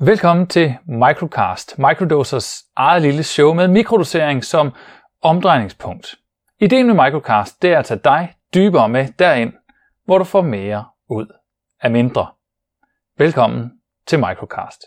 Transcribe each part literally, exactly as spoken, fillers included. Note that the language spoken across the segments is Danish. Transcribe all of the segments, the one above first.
Velkommen til Microcast, Microdosers eget lille show med mikrodosering som omdrejningspunkt. Ideen med Microcast det er at tage dig dybere med derind, hvor du får mere ud af mindre. Velkommen til Microcast.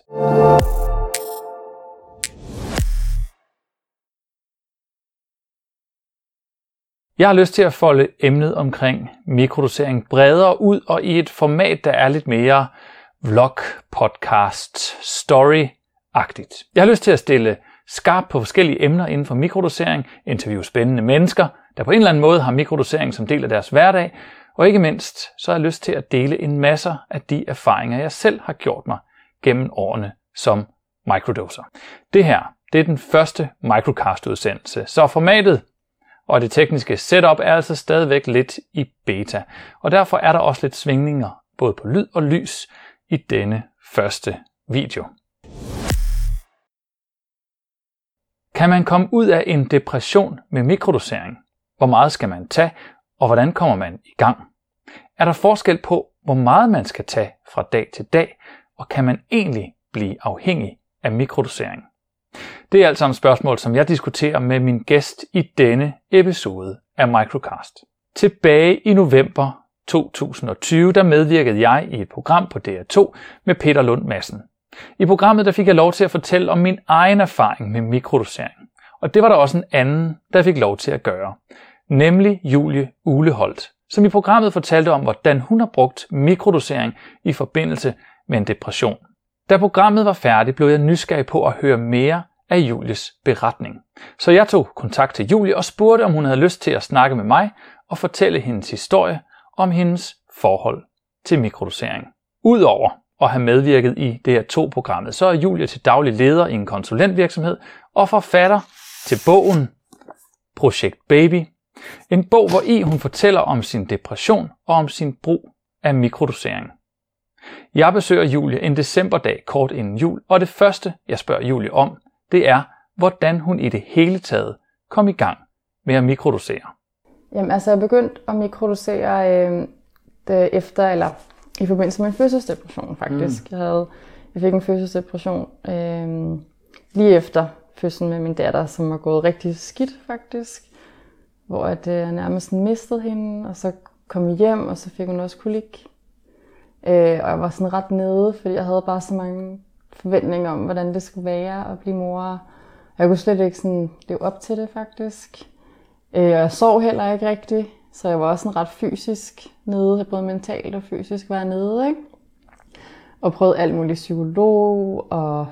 Jeg har lyst til at folde emnet omkring mikrodosering bredere ud og i et format, der er lidt mere vlog, podcast, story-agtigt. Jeg har lyst til at stille skarpt på forskellige emner inden for mikrodosering, interviewe spændende mennesker, der på en eller anden måde har mikrodosering som del af deres hverdag, og ikke mindst så har jeg lyst til at dele en masse af de erfaringer, jeg selv har gjort mig gennem årene som microdoser. Det her, det er den første Microcast-udsendelse, så formatet og det tekniske setup er altså stadigvæk lidt i beta, og derfor er der også lidt svingninger både på lyd og lys i denne første video. Kan man komme ud af en depression med mikrodosering? Hvor meget skal man tage, og hvordan kommer man i gang? Er der forskel på, hvor meget man skal tage fra dag til dag, og kan man egentlig blive afhængig af mikrodosering? Det er alt sammen spørgsmål, som jeg diskuterer med min gæst i denne episode af Microcast. Tilbage i november to tusind og tyve, der medvirkede jeg i et program på D R to med Peter Lund Madsen. I programmet der fik jeg lov til at fortælle om min egen erfaring med mikrodosering. Og det var der også en anden, der fik lov til at gøre. Nemlig Julie Uleholt, som i programmet fortalte om, hvordan hun har brugt mikrodosering i forbindelse med en depression. Da programmet var færdigt, blev jeg nysgerrig på at høre mere af Julies beretning. Så jeg tog kontakt til Julie og spurgte, om hun havde lyst til at snakke med mig og fortælle hendes historie om hendes forhold til mikrodosering. Udover at have medvirket i D R to-programmet, så er Julie til daglig leder i en konsulentvirksomhed og forfatter til bogen Projekt Baby. En bog, hvor i hun fortæller om sin depression og om sin brug af mikrodosering. Jeg besøger Julie en decemberdag kort inden jul, og det første, jeg spørger Julie om, det er, hvordan hun i det hele taget kom i gang med at mikrodosere. Jamen altså, jeg begyndte at mikrodosere øh, det efter, eller i forbindelse med en fødselsdepression faktisk. Mm. Jeg, havde, jeg fik en fødselsdepression øh, lige efter fødslen med min datter, som var gået rigtig skidt faktisk. Hvor at, øh, jeg nærmest mistede hende, og så kom jeg hjem, og så fik hun også kolik. Øh, og jeg var sådan ret nede, fordi jeg havde bare så mange forventninger om, hvordan det skulle være at blive mor. Jeg kunne slet ikke sådan leve op til det faktisk. Øh, og jeg sov heller ikke rigtigt, så jeg var også sådan ret fysisk nede, både mentalt og fysisk var jeg nede, ikke? Og prøvede alt muligt psykolog og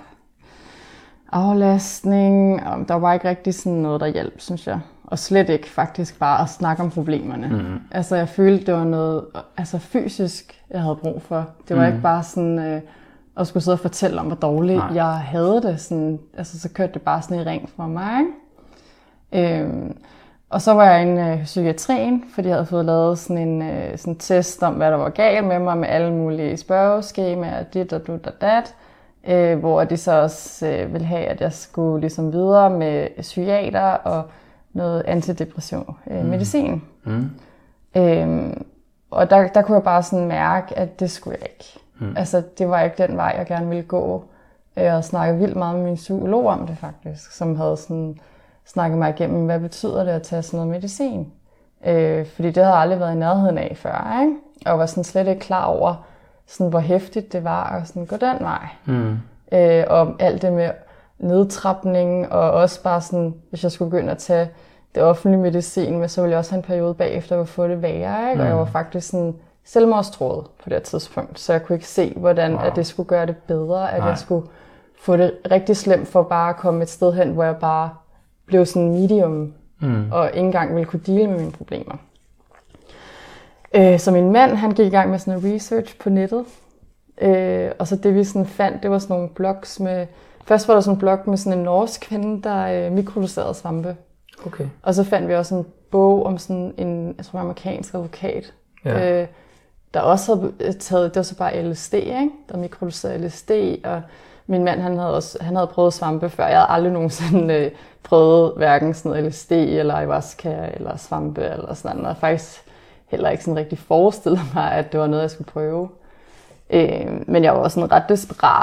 aflastning, og der var ikke rigtig sådan noget, der hjalp, synes jeg. Og slet ikke faktisk bare at snakke om problemerne. Mm-hmm. Altså jeg følte, det var noget altså fysisk, jeg havde brug for. Det var mm. ikke bare sådan øh, at skulle sidde og fortælle om, hvor dårligt Nej. jeg havde det. Sådan, altså så kørte det bare sådan i ring for mig. Øhm, og så var jeg inde i psykiatrien, fordi jeg havde fået lavet sådan en øh, sådan test om, hvad der var galt med mig, med alle mulige spørgeskemaer, dit og dut og dat. Øh, hvor de så også øh, ville have, at jeg skulle ligesom videre med psykiater og noget antidepression øh, medicin. Mm. Øhm, og der, der kunne jeg bare sådan mærke, at det skulle jeg ikke. Mm. Altså, det var ikke den vej, jeg gerne ville gå. Jeg havde snakket vildt meget med min psykolog om det faktisk, som havde sådan snakket mig igennem, hvad betyder det at tage sådan noget medicin? Øh, fordi det havde jeg aldrig været i nærheden af før, ikke? Og jeg var sådan slet ikke klar over, sådan, hvor hæftigt det var at sådan gå den vej. Mm. Øh, og alt det med nedtrapning, og også bare sådan, hvis jeg skulle begynde at tage det offentlige medicin, men så ville jeg også have en periode bagefter, hvor jeg få det værre, ikke? Mm. Og jeg var faktisk sådan selvmordstruet på det tidspunkt, så jeg kunne ikke se, hvordan wow. at det skulle gøre det bedre, at Nej. jeg skulle få det rigtig slemt for bare at komme et sted hen, hvor jeg bare blev sådan medium, mm. og ikke engang ville kunne deale med mine problemer. Øh, så min mand, han gik i gang med sådan en research på nettet, øh, og så det vi sådan fandt, det var sådan nogle blogs med. Først var der sådan en blog med sådan en norsk kvinde, der øh, mikrodoserede svampe. Okay. Og så fandt vi også en bog om sådan en, jeg tror, amerikansk advokat, ja. øh, der også havde taget, det var så bare L S D, ikke? Der mikrodoserede L S D, og min mand, han havde også, han havde prøvet svampe før. Jeg havde aldrig nogensinde øh, prøvet hverken sådan noget L S D, eller ayahuasca, eller svampe, eller sådan noget. Og faktisk heller ikke sådan rigtig forestillet mig, at det var noget, jeg skulle prøve. Øh, men jeg var også sådan ret desperat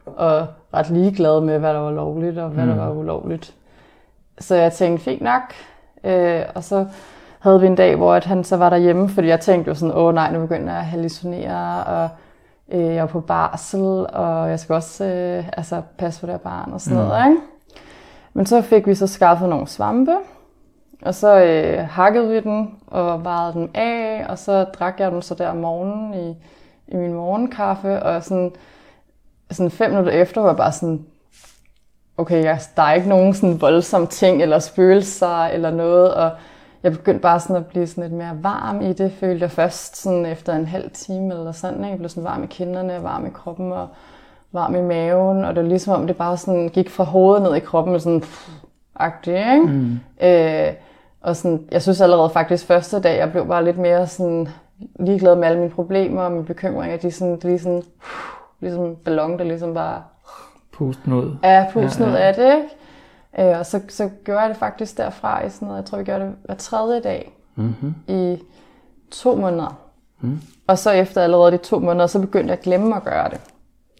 og ret ligeglad med, hvad der var lovligt og hvad mm. der var ulovligt. Så jeg tænkte, fint nok. Øh, og så havde vi en dag, hvor at han så var derhjemme, fordi jeg tænkte jo sådan, åh nej, nu begynder jeg at hallucinere, og øh, jeg er på barsel, og jeg skal også øh, altså, passe på det her barn og sådan mm. noget, ikke? Men så fik vi så skaffet nogle svampe, og så øh, hakkede vi den og varede den af, og så drak jeg den så der om morgenen i, i min morgenkaffe, og sådan, sådan fem minutter efter var jeg bare sådan, okay, jeg, der er ikke nogen sådan voldsomme ting eller spøgelser eller noget, og jeg begyndte bare sådan at blive sådan lidt mere varm i det, følte jeg først sådan efter en halv time eller sådan, ikke? Jeg blev sådan varm i kinderne, varm i kroppen og varm i maven, og det var ligesom om det bare sådan gik fra hovedet ned i kroppen og sådan agtigt, ikke? Mm. Øh, og sådan, jeg synes allerede faktisk første dag, jeg blev bare lidt mere sådan ligeglad med alle mine problemer og mine bekymringer, de sådan, de sådan ligesom en ballon, der ligesom bare pusten ud. Ja, pusten ja, ja. ud af det, ikke? Øh, og så, så gjorde jeg det faktisk derfra i sådan noget, jeg tror, vi gjorde det hver tredje dag mm-hmm. i to måneder. Mm. Og så efter allerede de to måneder, så begyndte jeg at glemme at gøre det.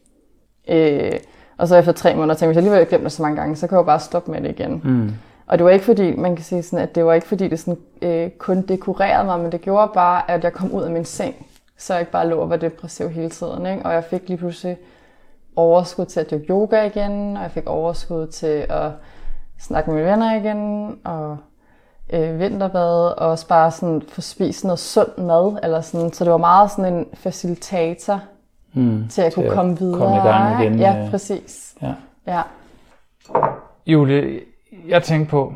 Øh, og så efter tre måneder tænkte jeg, hvis jeg alligevel glemte det så mange gange, så kan jeg jo bare stoppe med det igen. Mm. Og det var ikke fordi, man kan sige sådan, at det var ikke fordi, det sådan, øh, kun dekorerede mig, men det gjorde bare, at jeg kom ud af min seng, så jeg ikke bare lå og var depressiv hele tiden, ikke? Og jeg fik lige pludselig overskud til at dyrke yoga igen, og jeg fik overskud til at snakke med mine venner igen, og øh, vinterbade, og også bare sådan få spist noget sund mad, eller sådan. Så det var meget sådan en facilitator mm, til at til kunne at komme videre. Komme i gang igen. Ja, præcis. Ja. Ja. Julie, jeg tænkte på,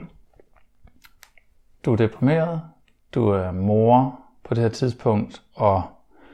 du er deprimeret, du er mor på det her tidspunkt, og,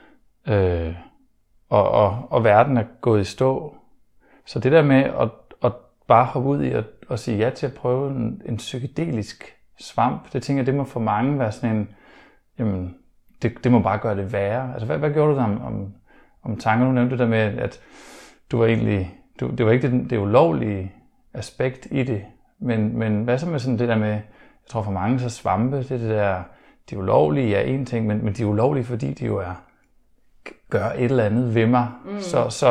øh, og, og, og verden er gået i stå. Så det der med at, at bare hoppe ud i at, at sige ja til at prøve en, en psykedelisk svamp, det tænker jeg, det må for mange være sådan en, jamen, det, det må bare gøre det værre. Altså, hvad, hvad gjorde du der om, om, om tanker? Du nævnte det der med, at du var egentlig, du, det var ikke det, det ulovlige aspekt i det, men, men hvad så med sådan det der med, jeg tror for mange så svampe, det, det der, de ulovlige er en ting, men, men de er ulovlige, fordi de jo er, gør et eller andet ved mig. Mm. Så, så,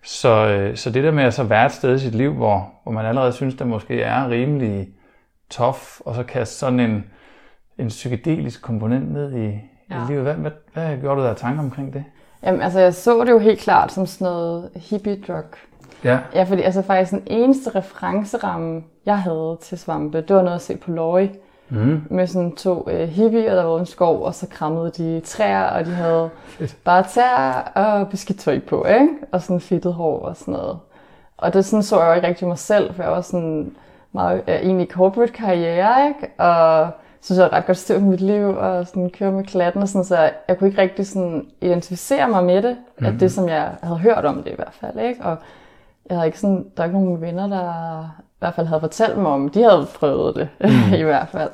så, så det der med at så være et sted i sit liv, hvor, hvor man allerede synes, der måske er rimelig tof, og så kaste sådan en, en psykedelisk komponent ned i, ja. i livet. Hvad, hvad, hvad gjorde du der tanker omkring det? Jamen, altså jeg så det jo helt klart som sådan noget hippie-drug. Ja. Ja, fordi altså faktisk den eneste referenceramme, jeg havde til svampe, det var noget at se på Løje. Mm. Med sådan to øh, hippier, der var en skov, og så krammede de træer, og de havde Fedt. bare tæer og beskidt tøj på, ikke? Og sådan fedtet hår og sådan noget. Og det sådan så jeg jo ikke rigtig mig selv, for jeg var sådan meget øh, egentlig corporate karriere, ikke? Og synes jeg ret godt styr på mit liv, og sådan køre med klatten og sådan, så jeg, jeg kunne ikke rigtig sådan identificere mig med det, mm. at det som jeg havde hørt om det i hvert fald, ikke? Og jeg havde ikke sådan, der er ikke nogen venner, der i hvert fald havde fortalt mig om, de havde prøvet det mm. i hvert fald.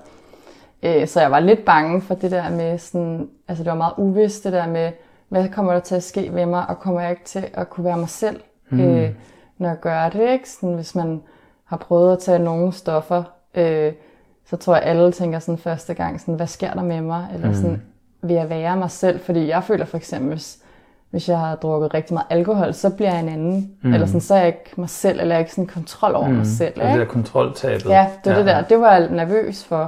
Øh, så jeg var lidt bange for det der med sådan, altså det var meget uvist det der med, hvad kommer der til at ske ved mig, og kommer jeg ikke til at kunne være mig selv, mm. øh, når jeg gør det, ikke? Sådan, hvis man har prøvet at tage nogle stoffer, øh, så tror jeg alle tænker sådan første gang, sådan, hvad sker der med mig, eller mm. sådan, vil jeg være mig selv, fordi jeg føler for eksempel, hvis Hvis jeg har drukket rigtig meget alkohol, så bliver jeg en anden. Mm. Eller sådan, så er jeg ikke mig selv, eller jeg er ikke sådan kontrol over mm. mig selv. Ikke? Det der kontroltabet. Ja, det var ja. det der. Det var jeg nervøs for.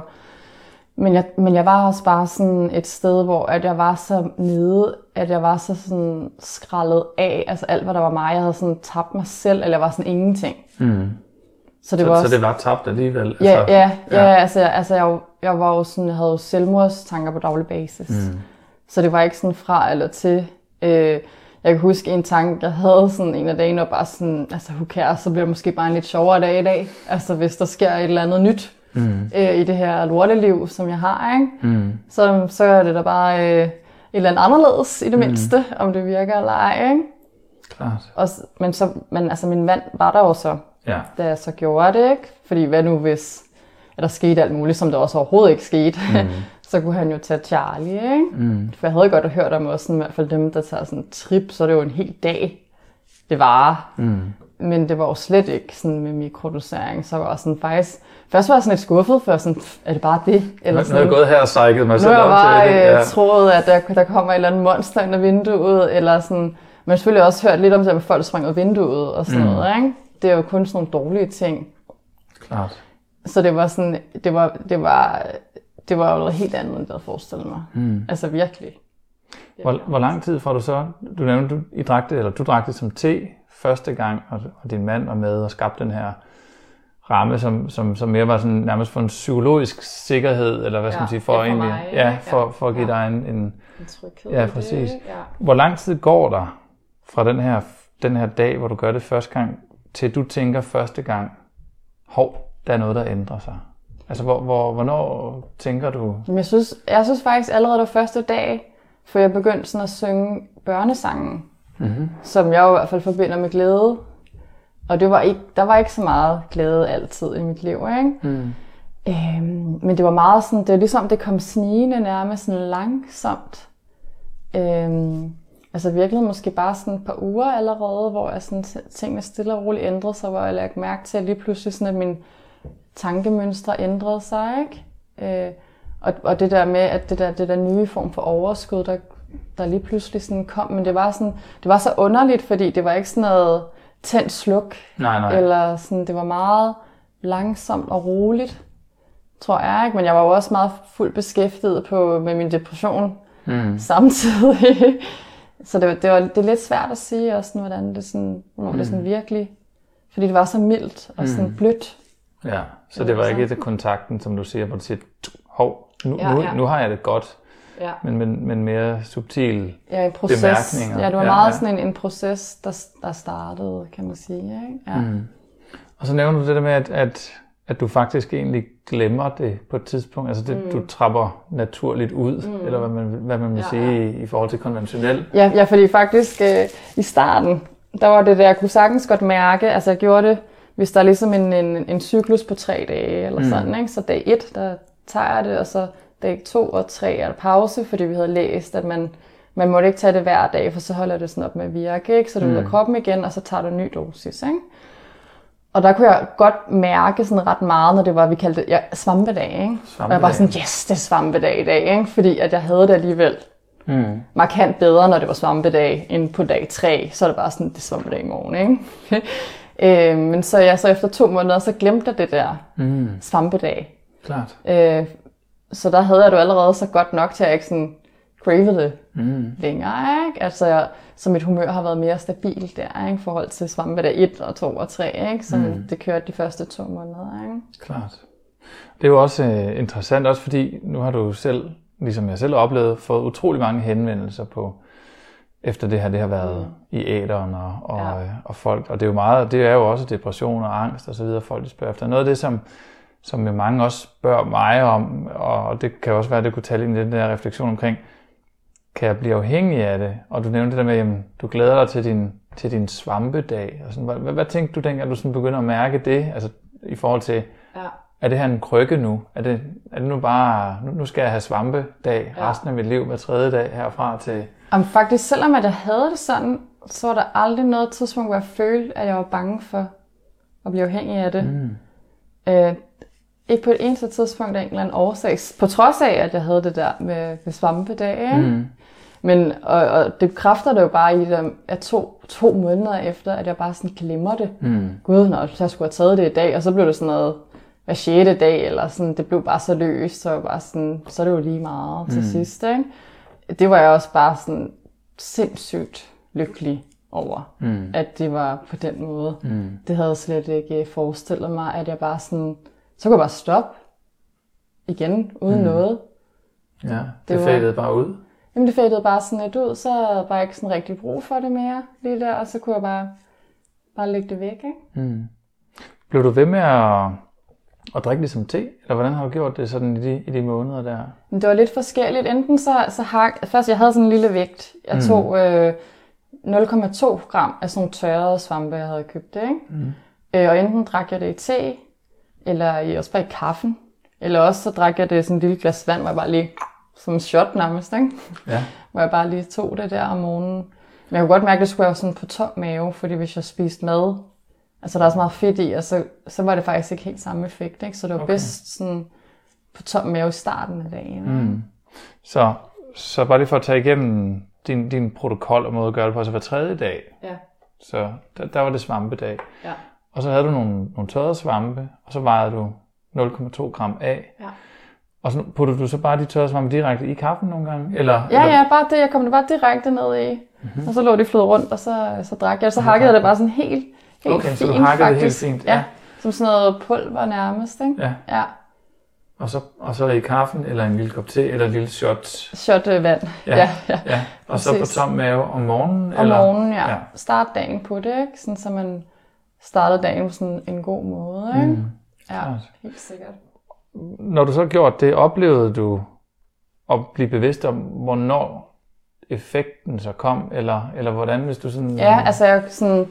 Men jeg, men jeg var også bare sådan et sted, hvor at jeg var så nede, at jeg var så sådan skrællet af. Altså alt, hvad der var mig. Jeg havde sådan tabt mig selv, eller jeg var sådan ingenting. Mm. Så, det så, var også, så det var tabt alligevel? Ja, altså, ja, ja, ja. Altså, altså jeg, jeg var jo sådan, jeg havde jo selvmordstanker på daglig basis. Mm. Så det var ikke sådan fra eller til. Øh, jeg kan huske en tanke, jeg havde sådan en af dagene, og bare sådan, altså who cares, så bliver det måske bare en lidt sjovere dag i dag. Altså hvis der sker et eller andet nyt mm. øh, i det her lorteliv, som jeg har, ikke? Mm. Så, så er det da bare øh, et eller andet anderledes i det mm. mindste, om det virker eller ej, ikke? Klart. Og, men, så, men altså min mand var der jo så, ja. da jeg så gjorde det, ikke? Fordi hvad nu hvis at der skete alt muligt, som der også overhovedet ikke skete. Mm. Så kunne han jo tage Charlie, ikke? Mm. For jeg havde godt hørt om også, sådan, i hvert fald dem, der tager sådan en trip, så er det jo en hel dag, det varer. Mm. Men det var jo slet ikke sådan med mikrodosering, så var jeg sådan faktisk, først var jeg sådan lidt skuffet, for sådan, er det bare det? Eller nu har jeg gået her og psyket mig selv op til det. Nu har jeg bare ja. troet, at der, der kommer et eller andet monster ind ad vinduet, eller sådan, Man har selvfølgelig også hørt lidt om det, at folk sprang ud af vinduet og sådan mm. noget, ikke? Det er jo kun sådan nogle dårlige ting. Klart. Så det var sådan, det var, det var, det var jo noget helt andet, end jeg havde forestillet mig. Mm. Altså virkelig. Hvor, hvor lang tid får du så, du nævnte, du, I drak det, eller du drak det som te første gang, og, og din mand var med og skabte den her ramme, som, som, som mere var sådan nærmest for en psykologisk sikkerhed, eller hvad skal man sige, for, ja, for egentlig, mig, ja, for, for at give ja. dig en, en, en tryghed. Ja, præcis. Det, ja. Hvor lang tid går der fra den her, den her dag, hvor du gør det første gang, til du tænker første gang, hov, der er noget, der ændrer sig? Altså, hvor, hvor, hvornår tænker du? Jeg synes, jeg synes faktisk allerede det første dag, for jeg begyndte sådan at synge børnesangen, mm-hmm. som jeg jo i hvert fald forbinder med glæde. Og det var ikke, der var ikke så meget glæde altid i mit liv, ikke? Mm. Øhm, men det var meget sådan, det var ligesom det kom snigende nærmest sådan langsomt. Øhm, altså virkelig måske bare sådan et par uger allerede, hvor jeg sådan, tingene stille og roligt ændrede sig, hvor jeg lagde mærke til, at lige pludselig sådan, at mine tankemønstre ændrede sig, ikke? Øh, og, og det der med, at det der, det der nye form for overskud, der, der lige pludselig sådan kom, men det var, sådan, det var så underligt, fordi det var ikke sådan noget tændt sluk, nej, nej. eller sådan, det var meget langsomt og roligt, tror jeg, ikke? Men jeg var jo også meget fuldt beskæftiget på, med min depression mm. samtidig. Så det, det, var, det er lidt svært at sige også, sådan, hvordan det sådan, hvornår mm. det sådan virkelig, fordi det var så mildt og sådan mm. blødt. Ja, så det var ikke det kontakten, som du siger, hvor du siger, hov, nu, ja, ja. nu, nu har jeg det godt, ja. men, men, men mere subtil ja, en proces. bemærkninger. Ja, det var ja, meget ja. sådan en, en proces, der, der startede, kan man sige. Ikke? Ja. Mm. Og så nævner du det der med, at, at, at du faktisk egentlig glemmer det på et tidspunkt, altså det, mm. du trapper naturligt ud, mm. eller hvad man, hvad man vil ja, sige ja. i, i forhold til konventionelt. Ja, ja, fordi faktisk øh, i starten, der var det der, jeg kunne sagtens godt mærke, altså jeg gjorde det, hvis der er ligesom en, en, en cyklus på tre dage, eller mm. sådan, ikke? Så dag et, der tager jeg det, og så dag to og tre er der pause, fordi vi havde læst, at man, man måtte ikke tage det hver dag, for så holder det sådan op med at virke, ikke? Så det mm. ud af kroppen igen, og så tager du en ny dosis, ikke? Og der kunne jeg godt mærke sådan ret meget, når det var, vi kaldte det ja, svampedag, ikke? Svampedag. Og jeg var sådan, yes, det er svampedag i dag, ikke? Fordi at jeg havde det alligevel mm. markant bedre, når det var svampedag, end på dag tre, så er det bare sådan, det er svampedag i morgen, ikke? Øh, men så, ja, så efter to måneder, så glemte jeg det der mm. svampedag. Klart. Øh, så der havde jeg det allerede så godt nok til, at jeg ikke sådan cravede det mm. længere. Ikke? Altså, jeg, så mit humør har været mere stabilt der, ikke? I forhold til svampedag et og to og tre, ikke? Så mm. det kørte de første to måneder. Ikke? Klart. Det er jo også uh, interessant, også fordi nu har du selv, ligesom jeg selv oplevet, fået utrolig mange henvendelser på efter det her, det har været mm. i æteren og, og, ja. og folk, og det er jo meget, det er jo også depression og angst og så videre, folk de spørger efter. Noget af det, som, som mange også spørger mig om, og det kan også være, at det kunne tale ind i den der refleksion omkring, kan jeg blive afhængig af det? Og du nævnte det der med, at du glæder dig til din, til din svampedag. Og sådan, hvad, hvad, hvad tænkte du dengang, at du sådan begynder at mærke det, altså i forhold til, ja. er det her en krykke nu? Er det, er det nu bare, nu, nu skal jeg have svampedag ja. resten af mit liv, hver tredje dag herfra til... Jamen faktisk, selvom jeg havde det sådan, så var der aldrig noget tidspunkt, hvor jeg følte, at jeg var bange for at blive afhængig af det. Mm. Øh, ikke på et eneste tidspunkt af en eller anden årsag, på trods af, at jeg havde det der med, med svampedag. Mm. Men, og, og det kræfter det jo bare i, at to, to måneder efter, at jeg bare sådan glemmer det. Mm. Gud, når jeg skulle have taget det i dag, og så blev det sådan noget hver sjette dag, eller sådan, det blev bare så løst, så, bare sådan, så er det jo lige meget til mm. sidst, ikke? Det var jeg også bare sådan sindssygt lykkelig over, mm. at det var på den måde. Mm. Det havde jeg slet ikke forestillet mig, at jeg bare sådan, så kunne jeg bare stoppe igen, uden mm. noget. Ja, det, det fadede bare ud. Jamen det fadede bare sådan lidt ud, så havde jeg bare ikke sådan rigtig brug for det mere lige der, og så kunne jeg bare, bare lægge det væk, ikke? Mm. Blev du ved med at Og drikke det som te? Eller hvordan har du gjort det sådan i de, i de måneder der? Det var lidt forskelligt. Enten så, så har... Først, jeg havde sådan en lille vægt. Jeg mm. tog øh, nul komma to gram af sådan nogle tørrede svampe, jeg havde købt det, ikke? Mm. Øh, og enten drak jeg det i te, eller i, også bare i kaffen. Eller også så drak jeg det i sådan en lille glas vand, hvor jeg bare lige... Som en shot nærmest, ikke? Ja. Hvor jeg bare lige tog det der om morgenen. Men jeg kunne godt mærke, at det skulle være sådan på tom mave, fordi hvis jeg spiste mad... Altså der er så meget fedt i, og så, så var det faktisk ikke helt samme effekt, ikke? Så det var okay. bedst sådan på tom mave i starten af dagen. Mm. Så, så bare lige for at tage igennem din, din protokol og måde at gøre det på, så hver tredje dag. Ja. Så der, der var det svampedag. Ja. Og så havde du nogle, nogle tørrede svampe, og så vejede du nul komma to gram af. Ja. Og så puttede du så bare de tørrede svampe direkte i kaffen nogle gange? Eller, ja, eller? ja, bare det. Jeg kom det bare direkte ned i. Mm-hmm. Og så lå det flød rundt, og så, så drak jeg. Så hakkede jeg det bare sådan helt, helt okay, fint, så du hakkede faktisk. det helt fint? Ja. ja, som sådan noget pulver nærmest, ikke? Ja. ja. Og så, og så i kaffen, eller en lille kop te, eller en lille shot? Shot øh, vand, ja. ja, ja. ja. Og Præcis. Så på tom mave om morgenen? Om eller? morgenen, ja. ja. Start dagen på det, ikke? Sådan, så man starter dagen på sådan en god måde, ikke? Mm. Ja, klart. Helt sikkert. Når du så gjort det, oplevede du at blive bevidst om, hvornår effekten så kom, eller, eller hvordan, hvis du sådan... Ja, altså jeg sådan...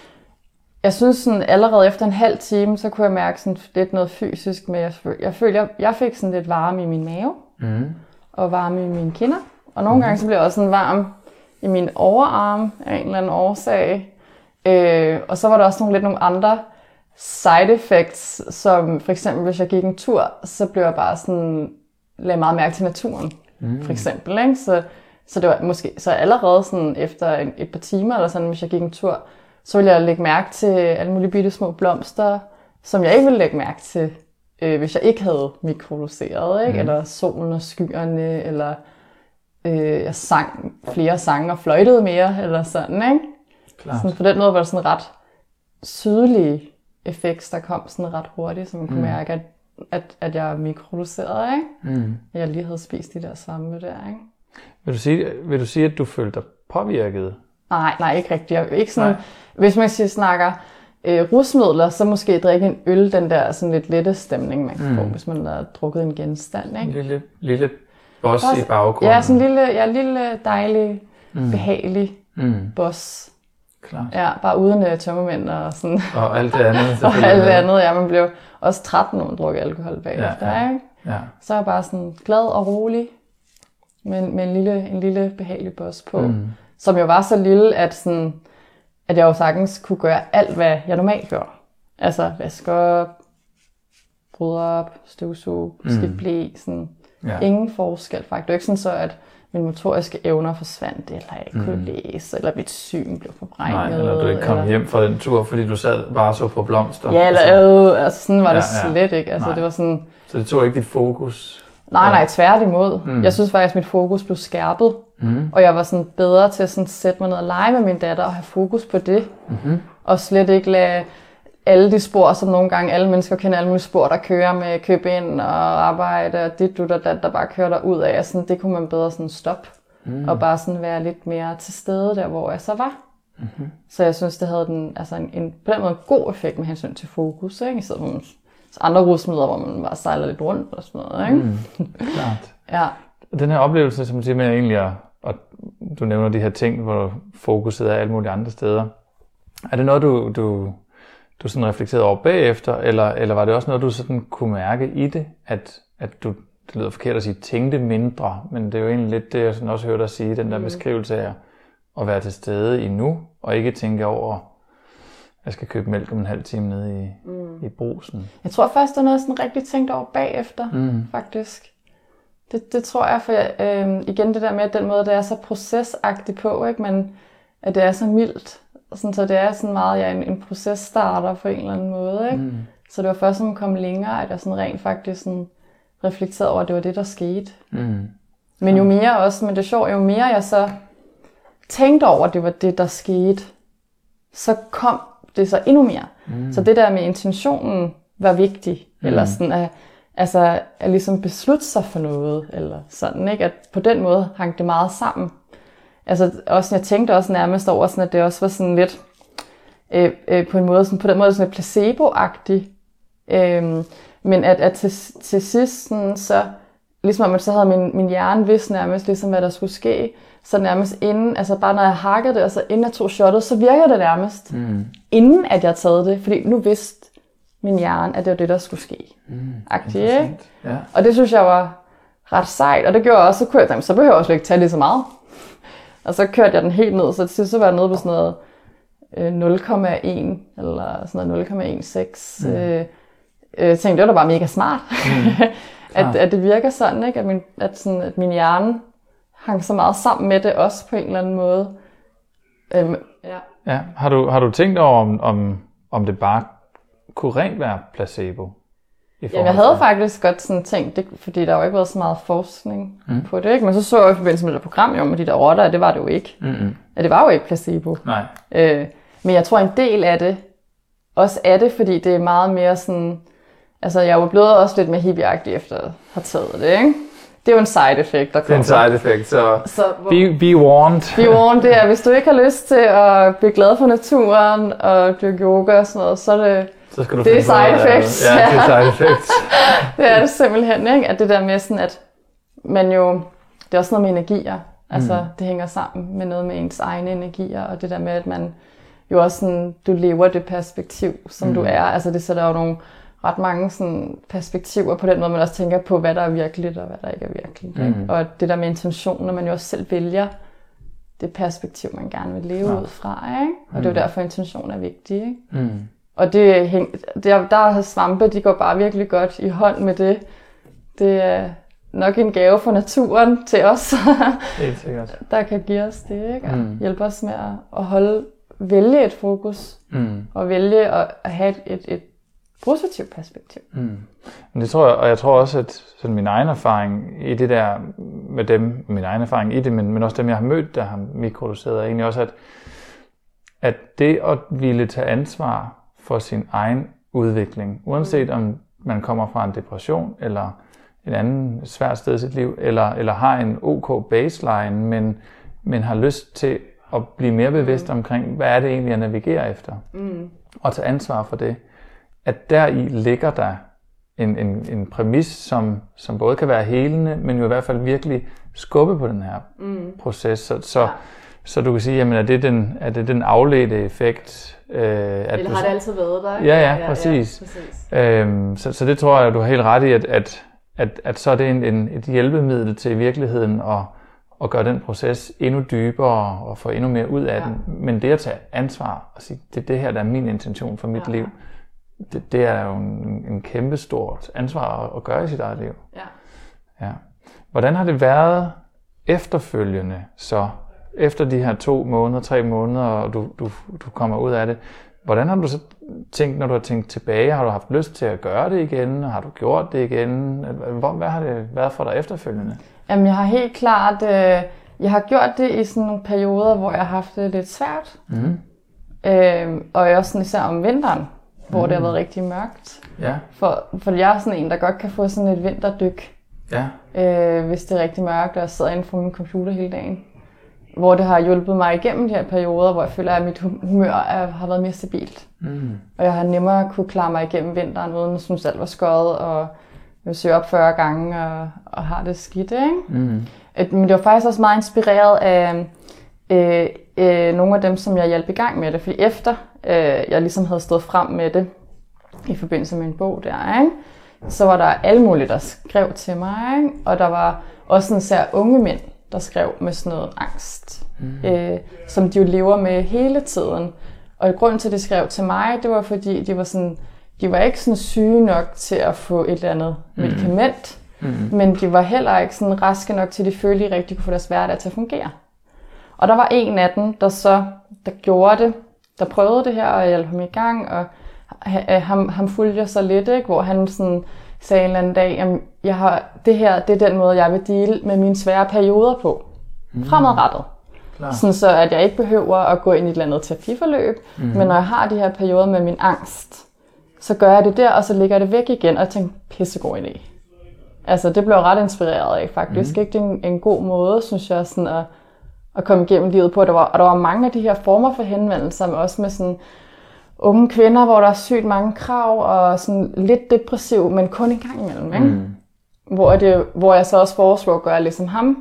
Jeg synes sådan, allerede efter en halv time, så kunne jeg mærke sådan lidt noget fysisk med, jeg, føl- jeg følte, jeg, jeg fik sådan lidt varme i min mave, mm. og varme i mine kinder, og nogle mm. gange så blev jeg også sådan varm i min overarm af en eller anden årsag, øh, og så var der også nogle lidt nogle andre side effects, som for eksempel hvis jeg gik en tur, så blev jeg bare sådan, lagde meget mærke til naturen, mm. for eksempel, ikke? Så, så det var måske, så allerede sådan efter et, et par timer eller sådan, hvis jeg gik en tur, så ville jeg lægge mærke til alle mulige bitte små blomster, som jeg ikke ville lægge mærke til, øh, hvis jeg ikke havde mikrodoseret, ikke? Mm. Eller solen og skyerne, eller øh, jeg sang flere sange og fløjtede mere, eller sådan, ikke? Sådan, på den måde var der sådan ret tydelige effekter, der kom sådan ret hurtigt, så man kunne mm. mærke, at, at, at jeg mikrodoserede, ikke? Mm. At jeg lige havde spist de der svampe der, ikke? Vil du sige, vil du sige at du følte dig påvirket? Nej, nej, ikke rigtigt. Jeg, ikke sådan, hvis man siger, snakker øh, rusmidler, så måske drikke en øl, den der sådan lidt lette stemning, man kan mm. få, hvis man har drukket en genstand, ikke? Lille, lille boss i baggrunden. Ja, sådan en lille, ja, lille dejlig, mm. behagelig mm. boss. Klart. Ja, bare uden uh, tømmermænd og sådan. Og alt det andet. og alt det andet, ja, man blev også træt, når man drukker alkohol bagefter, ja, ja. ikke? Ja. Så er jeg bare sådan glad og rolig, med, med en, lille, en lille behagelig boss på. Mm. Som jo var så lille, at, sådan, at jeg jo sagtens kunne gøre alt, hvad jeg normalt gør. Altså vaske op, bryde op, støvsuge, skifte mm. ble, sådan. Ja. Ingen forskel faktisk. Det er ikke sådan så, at mine motoriske evner forsvandt, eller jeg ikke mm. kunne læse, eller mit syn blev forvrænget. Nej, eller du ikke kom eller... hjem fra den tur, fordi du sad bare så på blomster. Ja, eller altså, øh, altså sådan var ja, det slet ja. ikke. Altså, det var sådan... Så det tog ikke dit fokus? Nej, nej, tværtimod. Mm. Jeg synes faktisk, at mit fokus blev skærpet. Mm. Og jeg var sådan bedre til at sådan sætte mig ned og lege med min datter og have fokus på det. Mm-hmm. Og slet ikke lade alle de spor, som nogle gange alle mennesker kender, alle mulige spor, der kører med køb ind og arbejde, og det du der, der, der bare kører der ud af. Sådan, det kunne man bedre sådan stoppe. Mm. Og bare sådan være lidt mere til stede der, hvor jeg så var. Mm-hmm. Så jeg synes, det havde den, altså en, en, på den måde en god effekt med hensyn til fokus, ikke? I stedet for andre rusmidler, hvor man bare sejler lidt rundt og sådan noget, ikke? Mm, klart. Ja. Den her oplevelse, som du siger med egentlig, at, at du nævner de her ting, hvor fokuset er alle mulige andre steder. Er det noget, du, du, du sådan reflekterede over bagefter, eller, eller var det også noget, du sådan kunne mærke i det, at, at du, det lyder forkert at sige, tænkte mindre, men det er jo egentlig lidt det, jeg sådan også hørte dig sige, den der mm. beskrivelse af at være til stede i nu, og ikke tænke over, jeg skal købe mælk om en halv time nede i, mm. i Brugsen. Jeg tror først, der er noget sådan rigtig tænkt over bagefter, mm. faktisk. Det, det tror jeg, for jeg, øh, igen det der med, at den måde, det er så procesagtigt på, ikke? Men at det er så mildt. Sådan, så det er sådan meget ja, en, en processtarter på en eller anden måde. Ikke? Mm. Så det var først, når man kom længere, at jeg sådan rent faktisk sådan reflekterede over, at det var det, der skete. Mm. Men jo mere også, men det er sjovt, jo mere jeg så tænkte over, at det var det, der skete, så kom det så endnu mere. Mm. Så det der med intentionen var vigtigt. Mm. Eller sådan at, altså, at ligesom beslutte sig for noget. Eller sådan, ikke? At på den måde hang det meget sammen. Altså også, jeg tænkte også nærmest over, sådan, at det også var sådan lidt, øh, øh, på en måde, sådan, på den måde sådan lidt placebo-agtigt. Øh, men at, at til, til sidst, sådan, så ligesom at man så havde min, min hjerne vidst nærmest, ligesom hvad der skulle ske, så nærmest inden, altså bare når jeg hakkede det, og så inden jeg tog shotet, så virker det nærmest, mm. inden at jeg taget det, fordi nu vidste min hjerne, at det var det, der skulle ske. Mm, Aktivt, ikke? Ja. Og det synes jeg var ret sejt, og det gjorde også, så kunne jeg, så behøver jeg også ikke tage lige så meget. Og så kørte jeg den helt ned, så til sidst så var jeg nede på sådan noget øh, nul komma en eller sådan noget nul komma seks. Mm. Øh, jeg tænkte, det var da bare mega smart, mm. at, at det virker sådan, ikke? At, min, at, sådan, at min hjerne hang så meget sammen med det også på en eller anden måde. Øhm, ja. Ja. Har du, har du tænkt over, om, om, om det bare kunne rent være placebo? Jamen, jeg havde faktisk godt sådan tænkt det, fordi der har jo ikke været så meget forskning mm. på det, ikke? Men så så jeg i forbindelse med det program jo med de der rotter, det var det jo ikke. Mm-hmm. Ja, det var jo ikke placebo. Nej. Øh, men jeg tror en del af det også er det, fordi det er meget mere sådan, altså jeg er jo blevet også lidt mere hippieagtig efter at have taget det, ikke? Det er jo en side effect, der kommer. Det er en side effect, så, så hvor, be, be warned. Be warned, det er, hvis du ikke har lyst til at blive glad for naturen og dyrke yoga og sådan noget, så er det, så skal du det er side effects. Ja, det er side effects. Det er det simpelthen, ikke? At det der med sådan, at man jo, det er også noget med energier. Altså, mm. det hænger sammen med noget med ens egne energier, og det der med, at man jo også sådan, du lever det perspektiv, som mm. du er. Altså, det sætter jo nogle ret mange sådan, perspektiver på den måde, man også tænker på, hvad der er virkeligt, og hvad der ikke er virkeligt. Mm. Ikke? Og det der med intention, når man jo også selv vælger det perspektiv, man gerne vil leve ja. ud fra, ikke? Og mm. det er jo derfor, intention er vigtig, ikke? Mm. Og det hæng, der, der er svampe, de går bare virkelig godt i hånd med det. Det er nok en gave fra naturen til os, helt sikkert. Der kan give os det, ikke? Og mm. hjælpe os med at, at holde, vælge et fokus, mm. og vælge at, at have et, et, et positivt perspektiv. Mm. Men det tror jeg, og jeg tror også, at sådan min egen erfaring i det der med dem, min egen erfaring i det, men, men også dem, jeg har mødt, der har mikrodoseret, er egentlig også, at, at det at ville tage ansvar for sin egen udvikling, uanset om man kommer fra en depression, eller et andet svært sted i sit liv, eller, eller har en ok baseline, men, men har lyst til at blive mere bevidst mm. omkring, hvad er det egentlig, jeg navigerer efter, mm. og tage ansvar for det, at deri ligger der en, en, en præmis, som, som både kan være helende, men jo i hvert fald virkelig skubbe på den her mm. proces, så, så ja. Så du kan sige, jamen er det den, er det den afledte effekt? Øh, at Eller har det altid været der? Ikke? Ja, ja, præcis. Ja, præcis. Øhm, så, så det tror jeg, du har helt ret i, at, at, at, at så er det en, en, et hjælpemiddel til virkeligheden at, at gøre den proces endnu dybere og få endnu mere ud af ja. den. Men det at tage ansvar og sige, det er det her, der er min intention for mit ja. liv, det, det er jo en, en kæmpe stort ansvar at, at gøre i sit eget liv. Ja. Ja. Hvordan har det været efterfølgende så? Efter de her to måneder, tre måneder, og du, du, du kommer ud af det, hvordan har du så tænkt, når du har tænkt tilbage? Har du haft lyst til at gøre det igen? Har du gjort det igen? Hvad, hvad har det været for dig efterfølgende? Jamen, jeg har helt klart, øh, jeg har gjort det i sådan nogle perioder, hvor jeg har haft det lidt svært. Mm. Øh, og også sådan især om vinteren, hvor mm. det har været rigtig mørkt. Ja. For, for jeg er sådan en, der godt kan få sådan et vinterdyk, ja. øh, hvis det er rigtig mørkt, og jeg sidder inde for min computer hele dagen. Hvor det har hjulpet mig igennem de her perioder, hvor jeg føler, at mit humør er, har været mere stabilt. Mm. Og jeg har nemmere kunne klare mig igennem vinteren, uden at synes alt var skøjet, og jeg søger op fyrre gange, og, og har det skidt, ikke? Mm. Et, men det var faktisk også meget inspireret af øh, øh, nogle af dem, som jeg hjalp i gang med det. Fordi efter øh, jeg ligesom havde stået frem med det, i forbindelse med en bog der, ikke? Så var der alle mulige, der skrev til mig, ikke? Og der var også en sær unge mænd, der skrev med sådan noget angst, mm. øh, som de jo lever med hele tiden. Og grunden til, at de skrev til mig, det var fordi, de var, sådan, de var ikke sådan syge nok til at få et eller andet mm. medicament, mm. men de var heller ikke sådan raske nok til, at de følte, at de rigtig kunne få deres hverdag til at fungere. Og der var en af dem, der så der gjorde det, der prøvede det her, og hjalp ham i gang, og ham, ham fulgte jeg så lidt, ikke? Hvor han sådan sagde en eller anden dag, at jeg har, det her det er den måde, jeg vil deale med mine svære perioder på, mm. fremadrettet. Klar. Sådan så, at jeg ikke behøver at gå ind i et eller andet terapiforløb, mm. men når jeg har de her perioder med min angst, så gør jeg det der, og så ligger det væk igen, og jeg tænker, pissegod idé. Altså, det blev jeg ret inspireret af, faktisk. Mm. Ikke? Det er en, en god måde, synes jeg, sådan at, at komme igennem livet på. Der var, og der var mange af de her former for henvendelser, men også med sådan unge kvinder, hvor der er sygt mange krav, og sådan lidt depressiv, men kun en gang imellem. Ikke? Mm. Hvor, det, hvor jeg så også foreslår at gøre ligesom ham,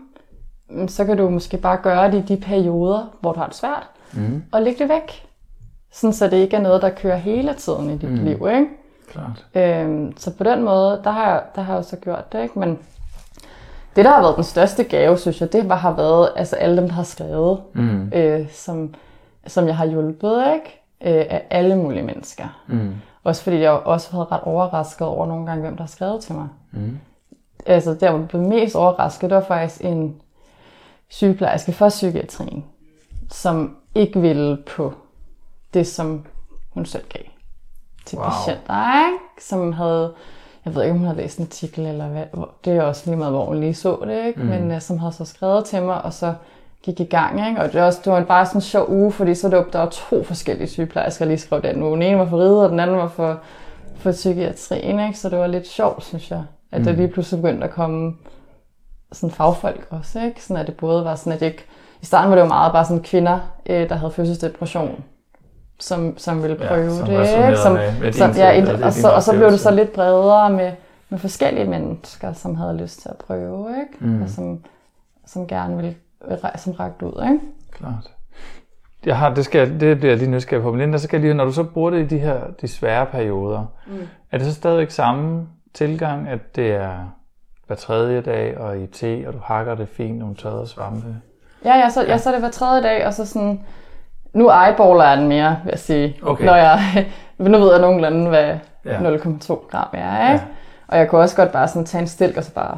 så kan du måske bare gøre det i de perioder, hvor du har det svært, mm. og lægge det væk. Sådan, så det ikke er noget, der kører hele tiden i dit mm. liv. Ikke? Klart. Øhm, så på den måde, der har, jeg, der har jeg så gjort det. Ikke? Men det, der har været den største gave, synes jeg, det har været altså alle dem, der har skrevet, mm. øh, som, som jeg har hjulpet, ikke? Øh, af alle mulige mennesker. Mm. Også fordi jeg også har været ret overrasket over nogle gange, hvem der har skrevet til mig. Mm. Altså der, hvor jeg blev mest overrasket, det var faktisk en sygeplejerske for psykiatrien, som ikke ville på det, som hun selv gav til wow. patienter, ikke? Som havde, jeg ved ikke, om hun havde læst en artikel, eller hvad, det er også lige meget, hvor hun lige så det, ikke? Mm. Men uh, som havde så skrevet til mig, og så gik i gang, ikke? Og det var, også, det var bare sådan en sjov uge, fordi så der, der var to forskellige sygeplejersker, lige skrev den uge. Den ene var for ride, og den anden var for, for psykiatrien, ikke? Så det var lidt sjovt, synes jeg, at mm. der lige pludselig begyndte at komme sådan fagfolk også, ikke? Sådan at det både var sådan, at det ikke... I starten var det jo meget bare sådan kvinder, øh, der havde fødselsdepression, som, som ville prøve ja, som det, ikke? Som, med, som, ja, et, og, så, og så blev det så lidt bredere med, med forskellige mennesker, som havde lyst til at prøve, ikke? Mm. Og som, som gerne ville, som rakte ud, ikke? Klart. Jeg har, det, skal, det bliver jeg lige nysgerrig på, men Linda, så skal jeg lige, når du så bruger det i de her de svære perioder, mm. er det så stadigvæk samme tilgang, at det er hver tredje dag og i te, og du hakker det fint, nogle tørrede svampe? Ja, ja, så, ja. ja, så er det hver tredje dag, og så sådan, nu eyeballer jeg den mere, vil jeg sige, okay. når jeg, nu ved jeg nogenlunde, hvad ja. nul komma to gram er, ikke? Ja. Og jeg kunne også godt bare sådan tage en stilk, og så bare,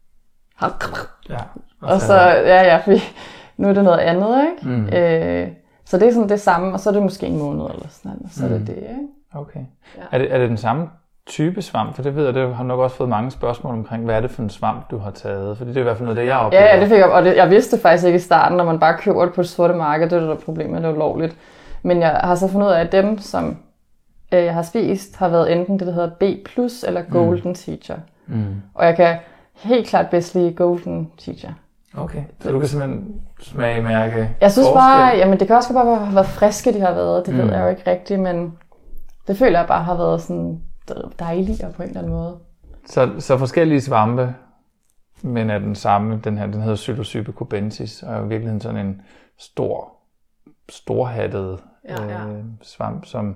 ja, og, og så, ja, ja, fordi nu er det noget andet, ikke? Mm. Øh, så det er sådan det samme, og så er det måske en måned eller sådan noget, så mm. er det det, ikke? Okay. Ja. Er, det, er det den samme type svamp? For det ved jeg, det har nok også fået mange spørgsmål omkring, hvad er det for en svamp, du har taget? For det er i hvert fald noget, det jeg oplever. Ja, ja, det fik jeg, og det, jeg vidste faktisk ikke i starten, når man bare køber det på det sorte marked, det er det der problem, det er ulovligt. Men jeg har så fundet ud af, at dem, som øh, jeg har spist, har været enten det, der hedder B plus eller Golden mm. Teacher. Mm. Og jeg kan helt klart bedst lide Golden Teacher. Okay, så du kan simpelthen smage, mærke Jeg synes bare, jamen det kan også bare have været friske, de har været, det mm. ved jeg jo ikke rigtigt, men det føler jeg bare har været sådan dejligere på en eller anden måde. Så, så forskellige svampe, men er den samme, den her, den hedder Psilocybe cubensis, og er i virkeligheden sådan en stor, storhattet ja, ja. Øh, svamp, som,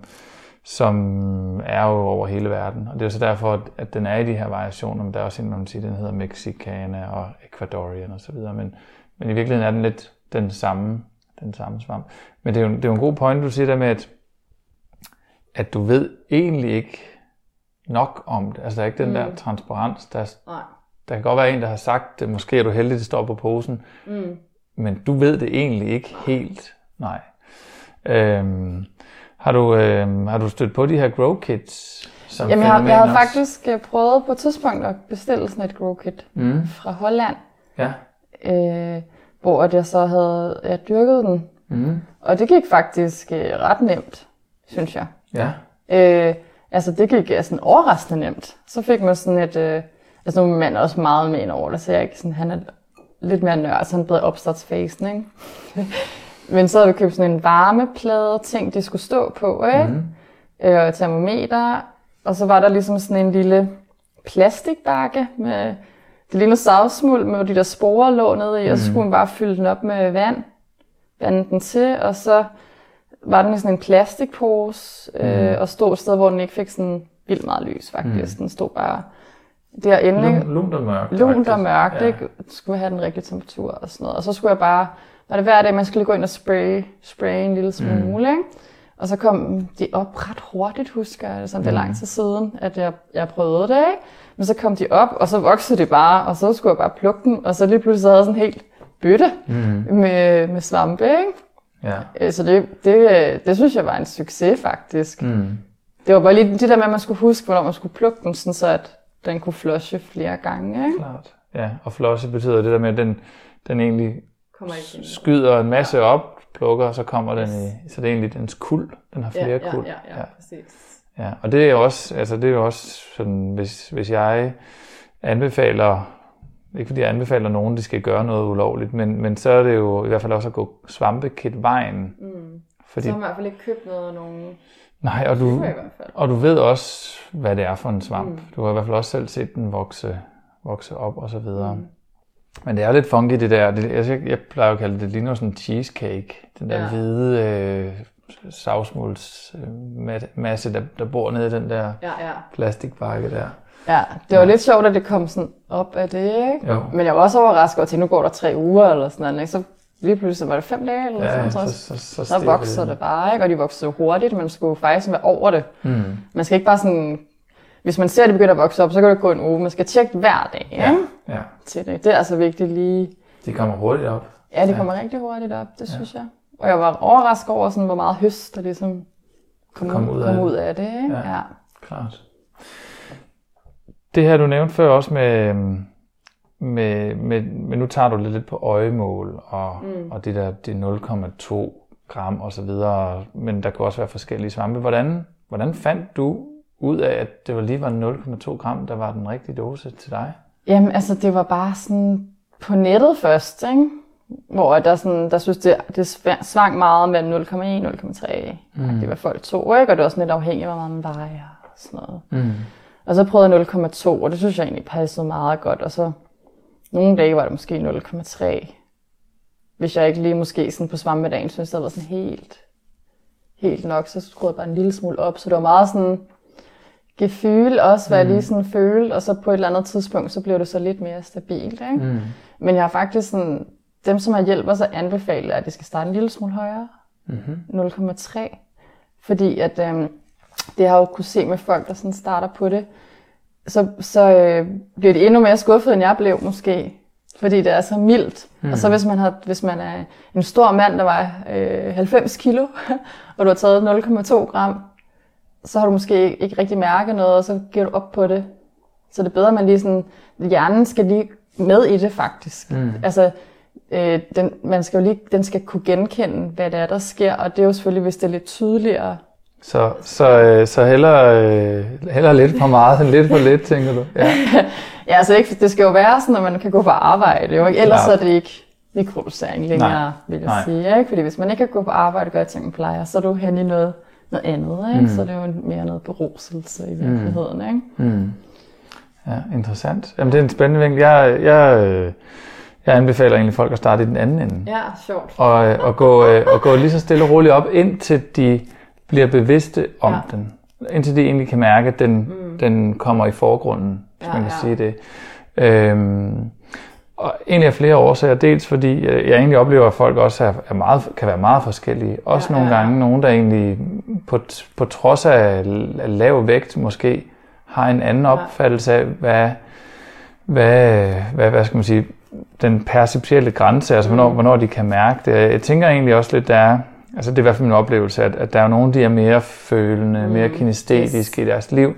som er jo over hele verden. Og det er så derfor, at den er i de her variationer, men der er også en, man siger, den hedder Mexicana og Ecuadorian osv., men, men i virkeligheden er den lidt den samme, den samme svamp. Men det er jo, det er jo en god point, du siger der med, at, at du ved egentlig ikke nok om det. Altså der er ikke den mm. der transparens. Der, er, der kan godt være en, der har sagt det. Måske er du heldig, det står på posen. Mm. Men du ved det egentlig ikke helt. Nej. Øhm, har, du, øhm, har du stødt på de her grow kits? Som Jamen jeg har, jeg har faktisk prøvet på et tidspunkt at bestille sådan et grow kit mm. fra Holland. Ja. Øh, hvor jeg så havde jeg dyrket den. Mm. Og det gik faktisk øh, ret nemt, synes jeg. Ja. Øh, Altså det gik sådan overraskende nemt. Så fik man sådan et, øh, altså nu er man også meget med ind over det, så jeg ikke sådan, han er lidt mere nørd, så han bedre opstartsfasen, ikke? Men så havde vi købt sådan en varmeplade, ting det skulle stå på, ikke? Mm. Øh, termometer, og så var der ligesom sådan en lille plastikbakke med, det lignede savsmuld med de der sporer lå nede i, mm. og så skulle man bare fylde den op med vand, vande den til, og så var den i sådan en plastikpose, øh, mm. og stod et sted, hvor den ikke fik sådan vildt meget lys, faktisk. Mm. Den stod bare derinde. Lunt og mørkt. Lunt og mørkt, ja. Ikke? Skulle have den rigtige temperatur og sådan noget. Og så skulle jeg bare, var det hver dag, man skulle gå ind og spraye, spraye en lille smule, mm. ikke? Og så kom de op ret hurtigt, husker jeg. Sådan, det er lang tid siden, at jeg, jeg prøvede det, ikke? Men så kom de op, og så voksede de bare, og så skulle jeg bare plukke dem, og så lige pludselig havde jeg sådan en helt bøtte mm. med, med svampe, ikke? Ja. Så det, det, det synes jeg var en succes faktisk. Mm. Det var bare lige det der med, at man skulle huske, hvornår man skulle plukke den, sådan så at den kunne flushe flere gange. Ikke? Klart. Ja, og flushe betyder det der med, at den, den egentlig skyder en masse ja. op, plukker, og så kommer yes. den i, så det er egentlig dens kuld. Den har flere ja, kuld. Ja, ja, ja, præcis. Ja, og det er jo også, altså det er jo også sådan, hvis, hvis jeg anbefaler, ikke fordi jeg anbefaler nogen, de skal gøre noget ulovligt, men, men så er det jo i hvert fald også at gå svampekit-vejen. Mm. Fordi, så har man i hvert fald ikke købt noget af nogen. Nej, og du, og du ved også, hvad det er for en svamp. Mm. Du har i hvert fald også selv set den vokse, vokse op og så videre. Mm. Men det er lidt funky det der. Det, jeg, jeg plejer at kalde det, det ligner sådan en cheesecake. Den der ja. hvide øh, savsmuldsmasse, øh, der, der bor nede i den der ja, ja. plastikbakke der. Ja, det var ja. lidt sjovt, at det kom sådan op af det, ikke? Jo. Men jeg var også overrasket til, nu går der tre uger eller sådan noget, ikke? Så lige pludselig var det fem dage eller ja, sådan noget. Så, så, så, så voksede det bare, ikke? Og de voksede hurtigt, man skulle faktisk være over det. Mm. Man skal ikke bare sådan, hvis man ser, at det begynder at vokse op, så kan det gå en uge. Man skal tjekke hver dag, ikke? Ja, ja. Til det. Det er altså vigtigt lige. De kommer hurtigt op. Ja, det kommer ja. rigtig hurtigt op, det synes ja. jeg. Og jeg var overrasket over, sådan, hvor meget høst der ligesom kom, kom, ud, kom af ud af det. Ikke? Ja, ja, klart. Det her, du nævnte før også med, med, med, med nu tager du det lidt på øjemål, og, mm. og det der det nul komma to gram og så videre, men der kan også være forskellige svampe. Hvordan, hvordan fandt du ud af, at det var lige var nul komma to gram, der var den rigtige dose til dig? Jamen, altså det var bare sådan på nettet først, ikke? Hvor der, sådan, der synes, det, det svang meget mellem nul komma en og nul komma tre. Mm. Det var folk to, ikke? Og det var også lidt afhængigt af, hvor meget man vejer og sådan noget. Mm. Og så prøvede jeg nul komma to, og det synes jeg egentlig passede meget godt. Og så nogle dage var det måske nul komma tre. Hvis jeg ikke lige måske sådan på svampedagen synes, det havde været sådan helt, helt nok, så skruede jeg bare en lille smule op. Så det var meget sådan gefyl også, hvad mm. jeg lige sådan følte. Og så på et eller andet tidspunkt, så blev det så lidt mere stabilt, ikke? Mm. Men jeg har faktisk sådan, dem som har hjælper, så anbefaler, at det skal starte en lille smule højere. Mm-hmm. nul komma tre. Fordi at øhm, det har jeg jo kunne se med folk, der sådan starter på det, så, så øh, bliver det endnu mere skuffet, end jeg blev måske. Fordi det er så mildt. Mm. Og så hvis man, har, hvis man er en stor mand, der var øh, halvfems kilo, og du har taget nul komma to gram, så har du måske ikke, ikke rigtig mærket noget, og så giver du op på det. Så det er bedre, at man lige sådan, hjernen skal lige med i det faktisk. Mm. Altså, øh, den, man skal jo lige, den skal kunne genkende, hvad det er, der sker, og det er jo selvfølgelig, hvis det er lidt tydeligere. Så, så, øh, så hellere, øh, hellere lidt for meget end lidt for lidt, tænker du? Ja, ja altså ikke, det skal jo være sådan, at man kan gå på arbejde, jo, ikke? Ellers Klart. er det ikke mikrodosering længere, Nej. vil jeg Nej. sige. Ikke? Fordi hvis man ikke kan gå på arbejde og gøre ting, man plejer, så er du hen i noget, noget andet. Ikke? Mm. Så er det jo mere noget beruselse i virkeligheden. Mm. Ikke? Mm. Ja, interessant. Jamen, det er en spændende vinkel. Jeg, jeg, jeg anbefaler egentlig folk at starte i den anden ende. Ja, sjovt. Og, og, gå, og gå lige så stille og roligt op, indtil de bliver bevidste om ja. den. Indtil de egentlig kan mærke, at den, mm. den kommer i forgrunden, hvis ja, man kan ja. sige det. Øhm, og egentlig af flere årsager. Dels fordi jeg egentlig oplever, at folk også er, er meget, kan være meget forskellige. Også ja, nogle ja, ja. gange nogen, der egentlig på, på trods af lav vægt måske har en anden opfattelse af, hvad, hvad, hvad, hvad skal man sige, den perceptuelle grænse, altså mm. hvornår, hvornår de kan mærke det. Jeg tænker egentlig også lidt, der er, altså det er i hvert fald min oplevelse, at, at der er nogen, der er mere følende, mm. mere kinestetiske yes. i deres liv.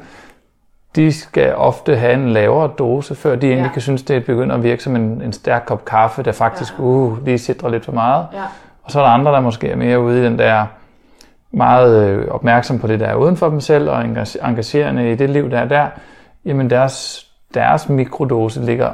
De skal ofte have en lavere dose, før de egentlig ja. kan synes, det begynder at virke som en, en stærk kop kaffe, der faktisk ja. uh, lige sidder lidt for meget. Ja. Og så er der andre, der måske er mere ude i den der meget øh, opmærksom på det, der er uden for dem selv, og engagerende i det liv, der er der. Jamen deres, deres mikrodose ligger,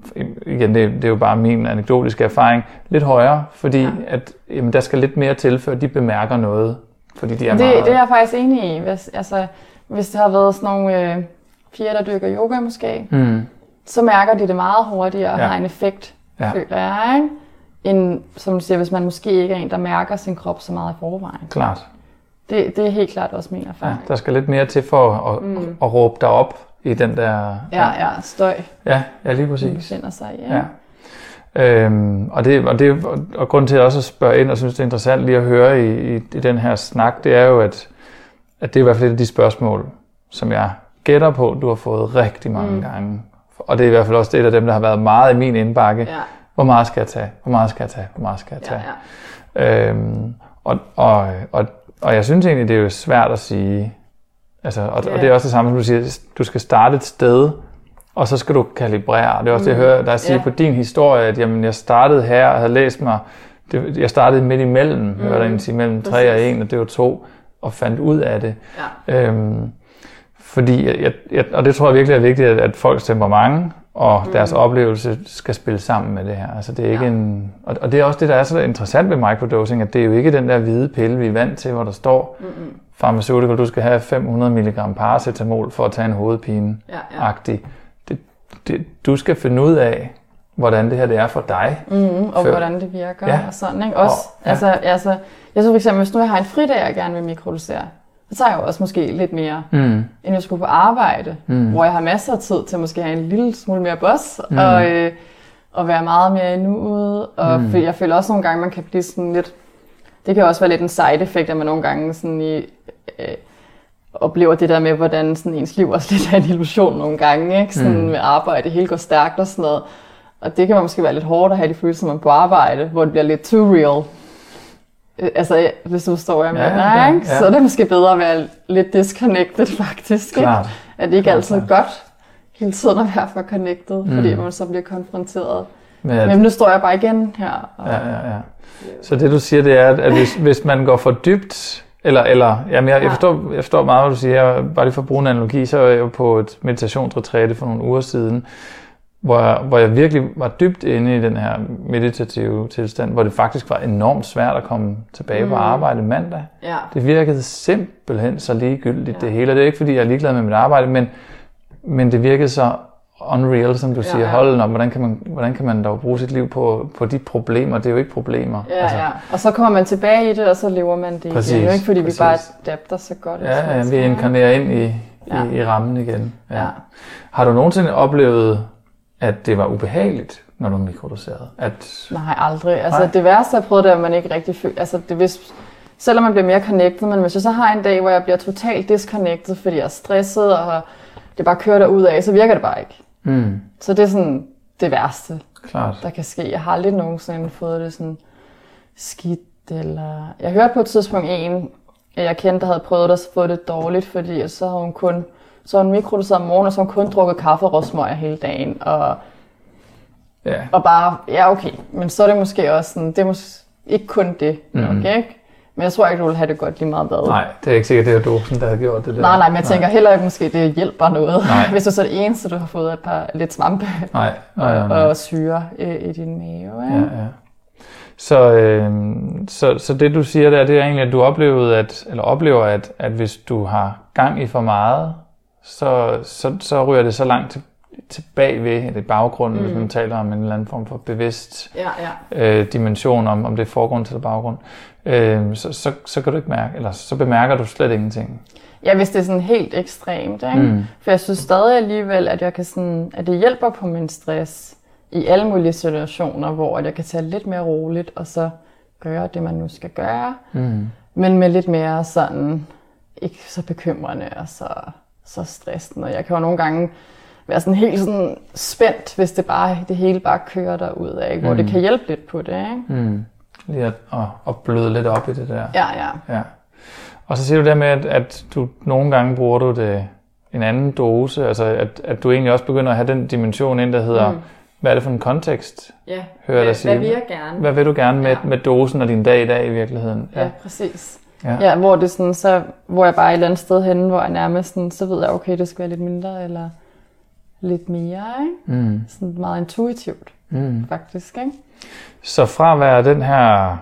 igen det, det er jo bare min anekdotiske erfaring, lidt højere, fordi ja. at, jamen, der skal lidt mere til, før de bemærker noget. Fordi de er det, meget... det er jeg faktisk enig i. Hvis, altså, hvis det har været sådan nogle øh, piger, der dykker yoga måske, mm. så mærker de det meget hurtigere og ja. har en effekt, ja. føler jeg, ikke? End, som du siger, hvis man måske ikke er en, der mærker sin krop så meget i forvejen. Klart. Det, det er helt klart også min erfaring. Ja, der skal lidt mere til for at, mm. at, at råbe dig op i den der... Ja, ja, støj. Ja, ja lige præcis. Befinder sig i, ja. ja. Øhm, og, det, og, det, og grunden til at også spørge ind, og synes det er interessant lige at høre i, i, i den her snak, det er jo, at, at det er i hvert fald et af de spørgsmål, som jeg gætter på, du har fået rigtig mange mm. gange. Og det er i hvert fald også et af dem, der har været meget i min indbakke. Ja. Hvor meget skal jeg tage? Hvor meget skal jeg tage? Hvor meget skal jeg tage? Ja, ja. Øhm, og, og, og, og jeg synes egentlig, det er jo svært at sige. Altså, og, yeah. og det er også det samme, som du siger. Du skal starte et sted, og så skal du kalibrere. Det er også mm. det, jeg hører dig sige yeah. på din historie, at jamen, jeg startede her og havde læst mig. Det, jeg startede midt imellem, mm. hørte jeg sige, mellem tre og en, og det var to, og fandt ud af det. Ja. Øhm, fordi, jeg, jeg, og det tror jeg virkelig er vigtigt, at, at folks temperament og mm. deres oplevelse skal spille sammen med det her. Altså, det er ikke ja. en, og, og det er også det, der er så interessant ved microdosing, at det er jo ikke den der hvide pille, vi er vant til, hvor der står, mm-hmm. pharmaceutical, du skal have fem hundrede milligram paracetamol for at tage en hovedpine-agtig. Ja, ja. Det, det, du skal finde ud af, hvordan det her det er for dig. Mm, og før. Hvordan det virker ja. og sådan, ikke? Også, og, ja. altså, altså, jeg synes for eksempel, hvis nu jeg har en fridag, jeg gerne vil mikrodosere, så tager jeg jo også måske lidt mere, mm. end jeg skulle på arbejde, mm. hvor jeg har masser af tid til at måske have en lille smule mere boss, mm. og, øh, og være meget mere i nuet. Og mm. jeg føler også nogle gange, man kan blive sådan lidt, det kan også være lidt en side effect, at man nogle gange sådan i, øh, oplever det der med, hvordan sådan ens liv også lidt er en illusion nogle gange, ikke? Sådan mm. med arbejde, det hele går stærkt og sådan noget. Og det kan måske være lidt hårdt at have de følelser, man på arbejde, hvor det bliver lidt too real. Altså, hvis du forstår, jeg mener, ja, ja, ja. Så er det måske bedre at være lidt disconnected, faktisk. Klart. At det ikke er altid godt hele tiden at være for connected, mm. fordi man så bliver konfronteret. Men, at... Men nu står jeg bare igen her. Og... Ja, ja, ja. Så det du siger, det er, at hvis, hvis man går for dybt, eller, eller jamen jeg, jeg, forstår, jeg forstår meget, hvad du siger, bare lige for at bruge en analogi, så var jeg jo på et meditationsretræte for nogle uger siden, hvor jeg, hvor jeg virkelig var dybt inde i den her meditative tilstand, hvor det faktisk var enormt svært at komme tilbage mm. på arbejde mandag. Ja. Det virkede simpelthen så ligegyldigt ja. det hele, og det er ikke fordi, jeg er ligeglad med mit arbejde, men, men det virkede så unreal, som du siger, ja, ja. Hold op, hvordan kan man, hvordan kan man dog bruge sit liv på, på de problemer? Det er jo ikke problemer. Ja, altså. ja. Og så kommer man tilbage i det, og så lever man det præcis, igen. Ikke fordi præcis. vi bare adapter så godt. Ja, ja, vi inkarnerer ind i, ja. i, i rammen igen. Ja. Ja. Har du nogensinde oplevet, at det var ubehageligt, når du mikrodoserede? At... Nej, aldrig. Altså Nej. Det værste, jeg prøvede, det er, at man ikke rigtig føler... Altså, det hvis... Selvom man bliver mere connected, men hvis jeg så har en dag, hvor jeg bliver totalt disconnected, fordi jeg er stresset, og det bare kører derud af, så virker det bare ikke. Mm. Så det er sådan det værste, Klart. der kan ske. Jeg har aldrig nogensinde fået det sådan skidt, eller... Jeg hørte på et tidspunkt en, jeg kendte, der havde prøvet at få det dårligt, fordi så havde hun kun... Så hun mikrodoseret om morgenen, og så hun kun drukket kaffe og rosmøger hele dagen, og... Ja. Og bare, ja okay, men så er det måske også sådan, det er måske ikke kun det, mm. okay, ikke? Men jeg tror ikke, du vil have det godt lige meget hvad. Nej, det er ikke sikkert, det er dosen, der har gjort det der. Nej, nej, men jeg tænker nej. heller ikke, måske det hjælper noget. Nej. Hvis du så er det eneste, du har fået et par lidt svampe nej. Nej, nej, nej. og syre i, i din mave. Ikke? Ja, ja. Så, øh, så, så det du siger der, det er egentlig, at du oplevede, at, eller oplever, at, at hvis du har gang i for meget, så, så, så ryger det så langt til, tilbage ved, eller i baggrunden, mm. hvis man taler om en eller anden form for bevidst ja, ja. Øh, dimension, om, om det er forgrund til baggrund, øh, så, så, så kan du ikke mærke, eller så bemærker du slet ingenting. Ja, hvis det er sådan helt ekstremt, ikke? Mm. For jeg synes stadig alligevel, at, jeg kan sådan, at det hjælper på min stress i alle mulige situationer, hvor jeg kan tage lidt mere roligt, og så gøre det, man nu skal gøre, mm. men med lidt mere sådan, ikke så bekymrende og så, så stressende. Jeg kan jo nogle gange være sådan helt sådan spændt, hvis det bare det hele bare kører derud af, hvor mm. det kan hjælpe lidt på det, ikke? Mm. Lige at, at, at bløde lidt op i det der. Ja, ja. ja. Og så siger du der med, at, at du nogle gange bruger du det en anden dose, altså at, at du egentlig også begynder at have den dimension ind, der hedder, mm. hvad er det for en kontekst? Ja, hører hvad, hvad vil jeg gerne? Hvad vil du gerne med, ja. med dosen og din dag i dag i virkeligheden? Ja, ja præcis. Ja. ja, hvor det sådan, så, hvor jeg bare er et eller andet sted henne, hvor jeg nærmest sådan, så ved jeg, okay, det skal være lidt mindre, eller lidt mere, ikke? Mm. Sådan meget intuitivt, mm. faktisk, ikke? Så fra at være den her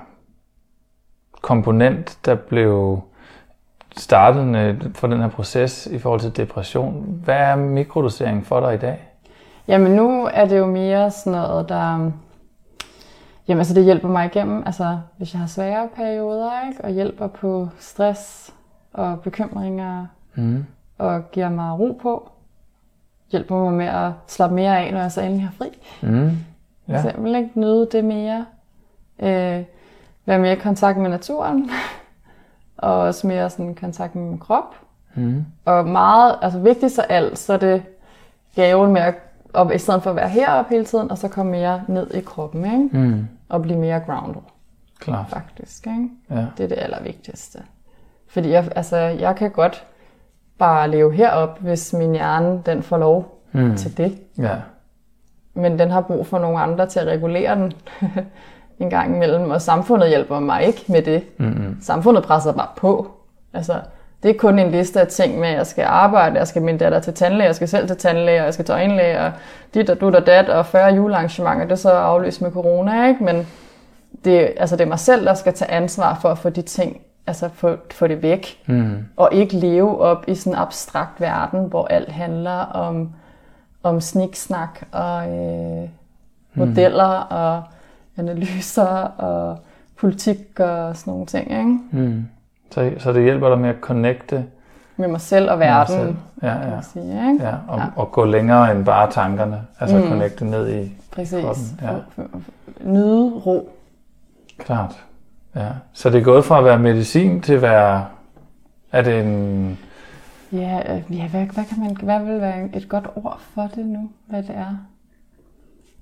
komponent, der blev startende for den her proces i forhold til depression, hvad er mikrodosering for dig i dag? Jamen nu er det jo mere sådan noget, der... Jamen altså det hjælper mig igennem, altså hvis jeg har svære perioder, ikke? Og hjælper på stress og bekymringer, mm. og giver mig ro på. Hjælper mig med at slappe mere af, når jeg så endelig har fri. Mm. Ja. For eksempel ikke nyde det mere. Øh, være mere i kontakt med naturen. Og også mere sådan kontakt med min krop. Mm. Og meget, altså vigtigst af alt, så er det gaven med at op, i stedet for at være heroppe hele tiden, og så komme mere ned i kroppen, ikke? Mm. Og blive mere grounded. Klart. Faktisk, ikke? Ja. Det er det allervigtigste. Fordi jeg, altså, jeg kan godt bare leve heroppe, hvis min hjerne den får lov mm. til det. Ja. Men den har brug for nogle andre til at regulere den en gang imellem, og samfundet hjælper mig ikke med det. Mm-hmm. Samfundet presser bare på. Altså, det er kun en liste af ting med, at jeg skal arbejde, jeg skal min datter til tandlæge, jeg skal selv til tandlæge, og jeg skal til øjenlæge, og dit og dut og dat, og fyrre julearrangementer, det er så aflyst med corona, ikke? Men det, altså, det er mig selv, der skal tage ansvar for at få de ting, altså få, få det væk, mm. og ikke leve op i sådan en abstrakt verden, hvor alt handler om, om sniksnak og øh, modeller mm. og analyser og politik og sådan nogle ting, ikke? Mm. Så, så det hjælper dig med at connecte med mig selv og verden, ja, ja. kan man sige, ikke? Ja, og, ja. og gå længere end bare tankerne, altså mm. connecte ned i Præcis. kroppen. Ja. Nyde ro. Klart. Ja. Så det er gået fra at være medicin til at være, er det en... Ja, ja hvad, hvad, kan man, hvad vil være et godt ord for det nu, hvad det er?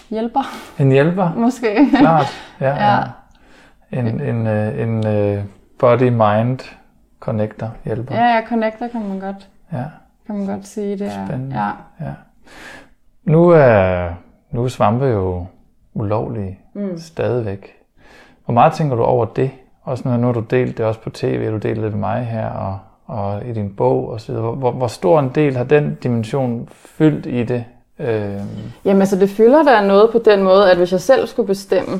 hjælper. En hjælper? Måske. Klart, ja. ja. ja. En, en, en, en body-mind connector hjælper. Ja, ja, connector kan man godt, ja. kan man godt sige. Det er. Spændende. Ja. Ja. Nu er, nu er svampe jo ulovlige mm. stadigvæk. Hvor meget tænker du over det? Også når nu har du delt det også på tv, du delte det med mig her og, og i din bog og så videre. Hvor, hvor stor en del har den dimension fyldt i det? Øh... Jamen altså det fylder der noget på den måde, at hvis jeg selv skulle bestemme,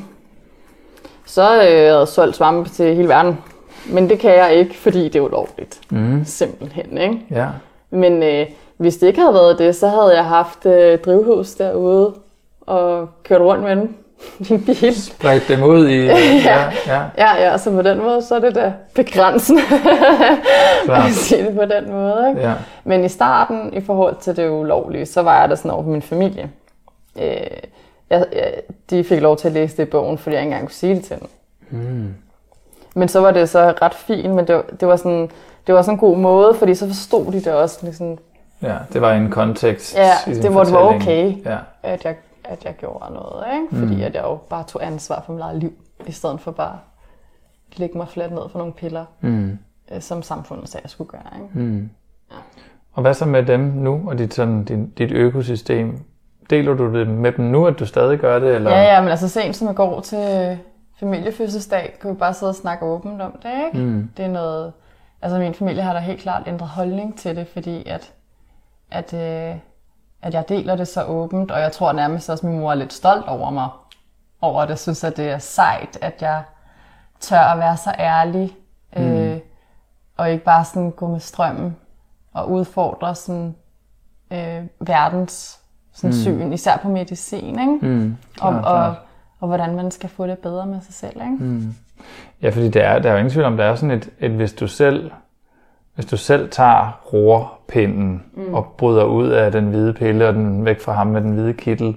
så øh, havde jeg solgt svampe til hele verden. Men det kan jeg ikke, fordi det er ulovligt. Mm. Simpelthen, ikke? Ja. Men øh, hvis det ikke havde været det, så havde jeg haft øh, drivhus derude og kørt rundt med den. Min bil. Spredt dem ud i... ja. Ja, ja. ja, ja, så på den måde, så er det da begrænsende at sige det på den måde. Ikke? Ja. Men i starten, i forhold til det ulovlige, så var jeg der sådan over på min familie. Øh, jeg, jeg, de fik lov til at læse det i bogen, fordi jeg ikke engang kunne sige det til dem. Mm. Men så var det så ret fint, men det, det, var sådan, det var sådan en god måde, fordi så forstod de det også. Liksom. Ja, det var en kontekst. Ja, det var, det var okay, ja. at, jeg, at jeg gjorde noget, ikke? Fordi mm. at jeg jo bare tog ansvar for mit eget liv, i stedet for bare at lægge mig fladt ned for nogle piller, mm. som samfundet sagde, jeg skulle gøre. Ikke? Mm. Ja. Og hvad så med dem nu, og dit, sådan, dit, dit økosystem? Deler du det med dem nu, at du stadig gør det? Eller? Ja, ja, men altså sent som jeg går til familiefødselsdag, kan vi bare sidde og snakke åbent om det, ikke? Mm. Det er noget... Altså min familie har da helt klart ændret holdning til det, fordi at, at, øh, at jeg deler det så åbent, og jeg tror nærmest også, at min mor er lidt stolt over mig, over at jeg synes, at det er sejt, at jeg tør at være så ærlig, øh, mm. og ikke bare sådan gå med strømmen og udfordre sådan, øh, verdens sådan, mm. syn, især på medicin, ikke? Mm. Klar, og, klar. Og, og hvordan man skal få det bedre med sig selv, ikke? Mm. Ja, fordi der er, der er jo ingen tvivl om, der er sådan et, et hvis du selv, hvis du selv tager rorpinden mm. og bryder ud af den hvide pille og den væk fra ham med den hvide kittel,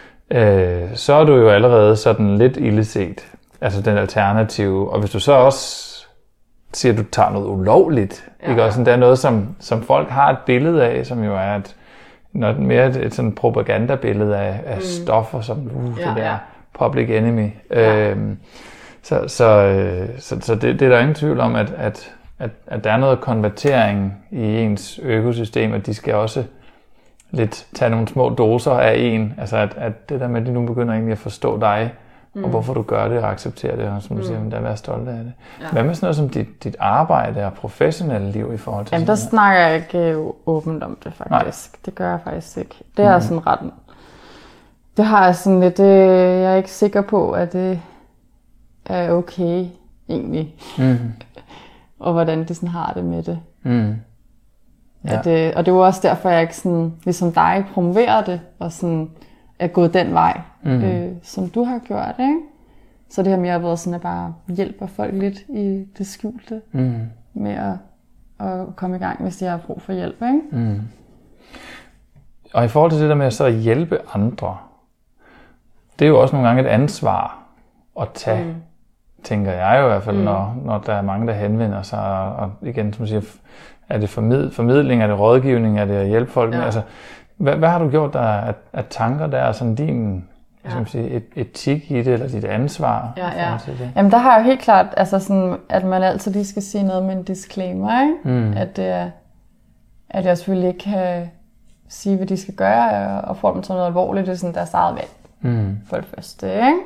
øh, så er du jo allerede sådan lidt illeset, altså den alternative. Og hvis du så også siger, at du tager noget ulovligt, ja. Ikke også? Det er noget, som, som folk har et billede af, som jo er et, noget mere et, et sådan propagandabillede af, af mm. stoffer, som uh, ja, det der ja. Public enemy. Ja. Øhm, Så, så, så, så det, det er der ingen tvivl om, at, at, at, at der er noget konvertering i ens økosystem, at de skal også lidt tage nogle små doser af en. Altså at, at det der med, at de nu begynder egentlig at forstå dig, mm. og hvorfor du gør det og accepterer det, og som du mm. siger, der er være stolt af det. Ja. Hvad med sådan noget som dit, dit arbejde og professionelle liv i forhold til Jamen, der snakker jeg ikke åbent om det faktisk. Nej. Det gør jeg faktisk ikke. Det er mm. sådan ret... Det har jeg sådan lidt... Jeg er ikke sikker på, at det... er okay, egentlig. Mm. Og hvordan de sådan har det med det. Mm. Ja. At, øh, og det var også derfor, jeg ikke sådan, ligesom dig promoverer det, og sådan er gået den vej, mm. øh, som du har gjort, ikke? Så det har mere været sådan, at bare hjælper folk lidt i det skjulte, mm. med at, at komme i gang, hvis de har brug for hjælp, ikke? Mm. Og i forhold til det der med at så hjælpe andre, det er jo også nogle gange et ansvar at tage, mm. tænker jeg jo i hvert fald, mm. når, når der er mange, der henvender sig, og igen, som siger, er det formid, formidling, er det rådgivning, er det at hjælpe folk? Ja. Altså, hvad, hvad har du gjort der af, af tanker der, sådan din ja. Som siger, et, etik i det, eller dit ansvar? Ja, ja. Det? Jamen der har jeg jo helt klart, altså sådan, at man altid lige skal sige noget med en disclaimer, ikke? Mm. At, det er, at jeg selvfølgelig ikke kan sige, hvad de skal gøre, og få dem til noget alvorligt, det er sådan deres eget valg, mm. for det første, ikke?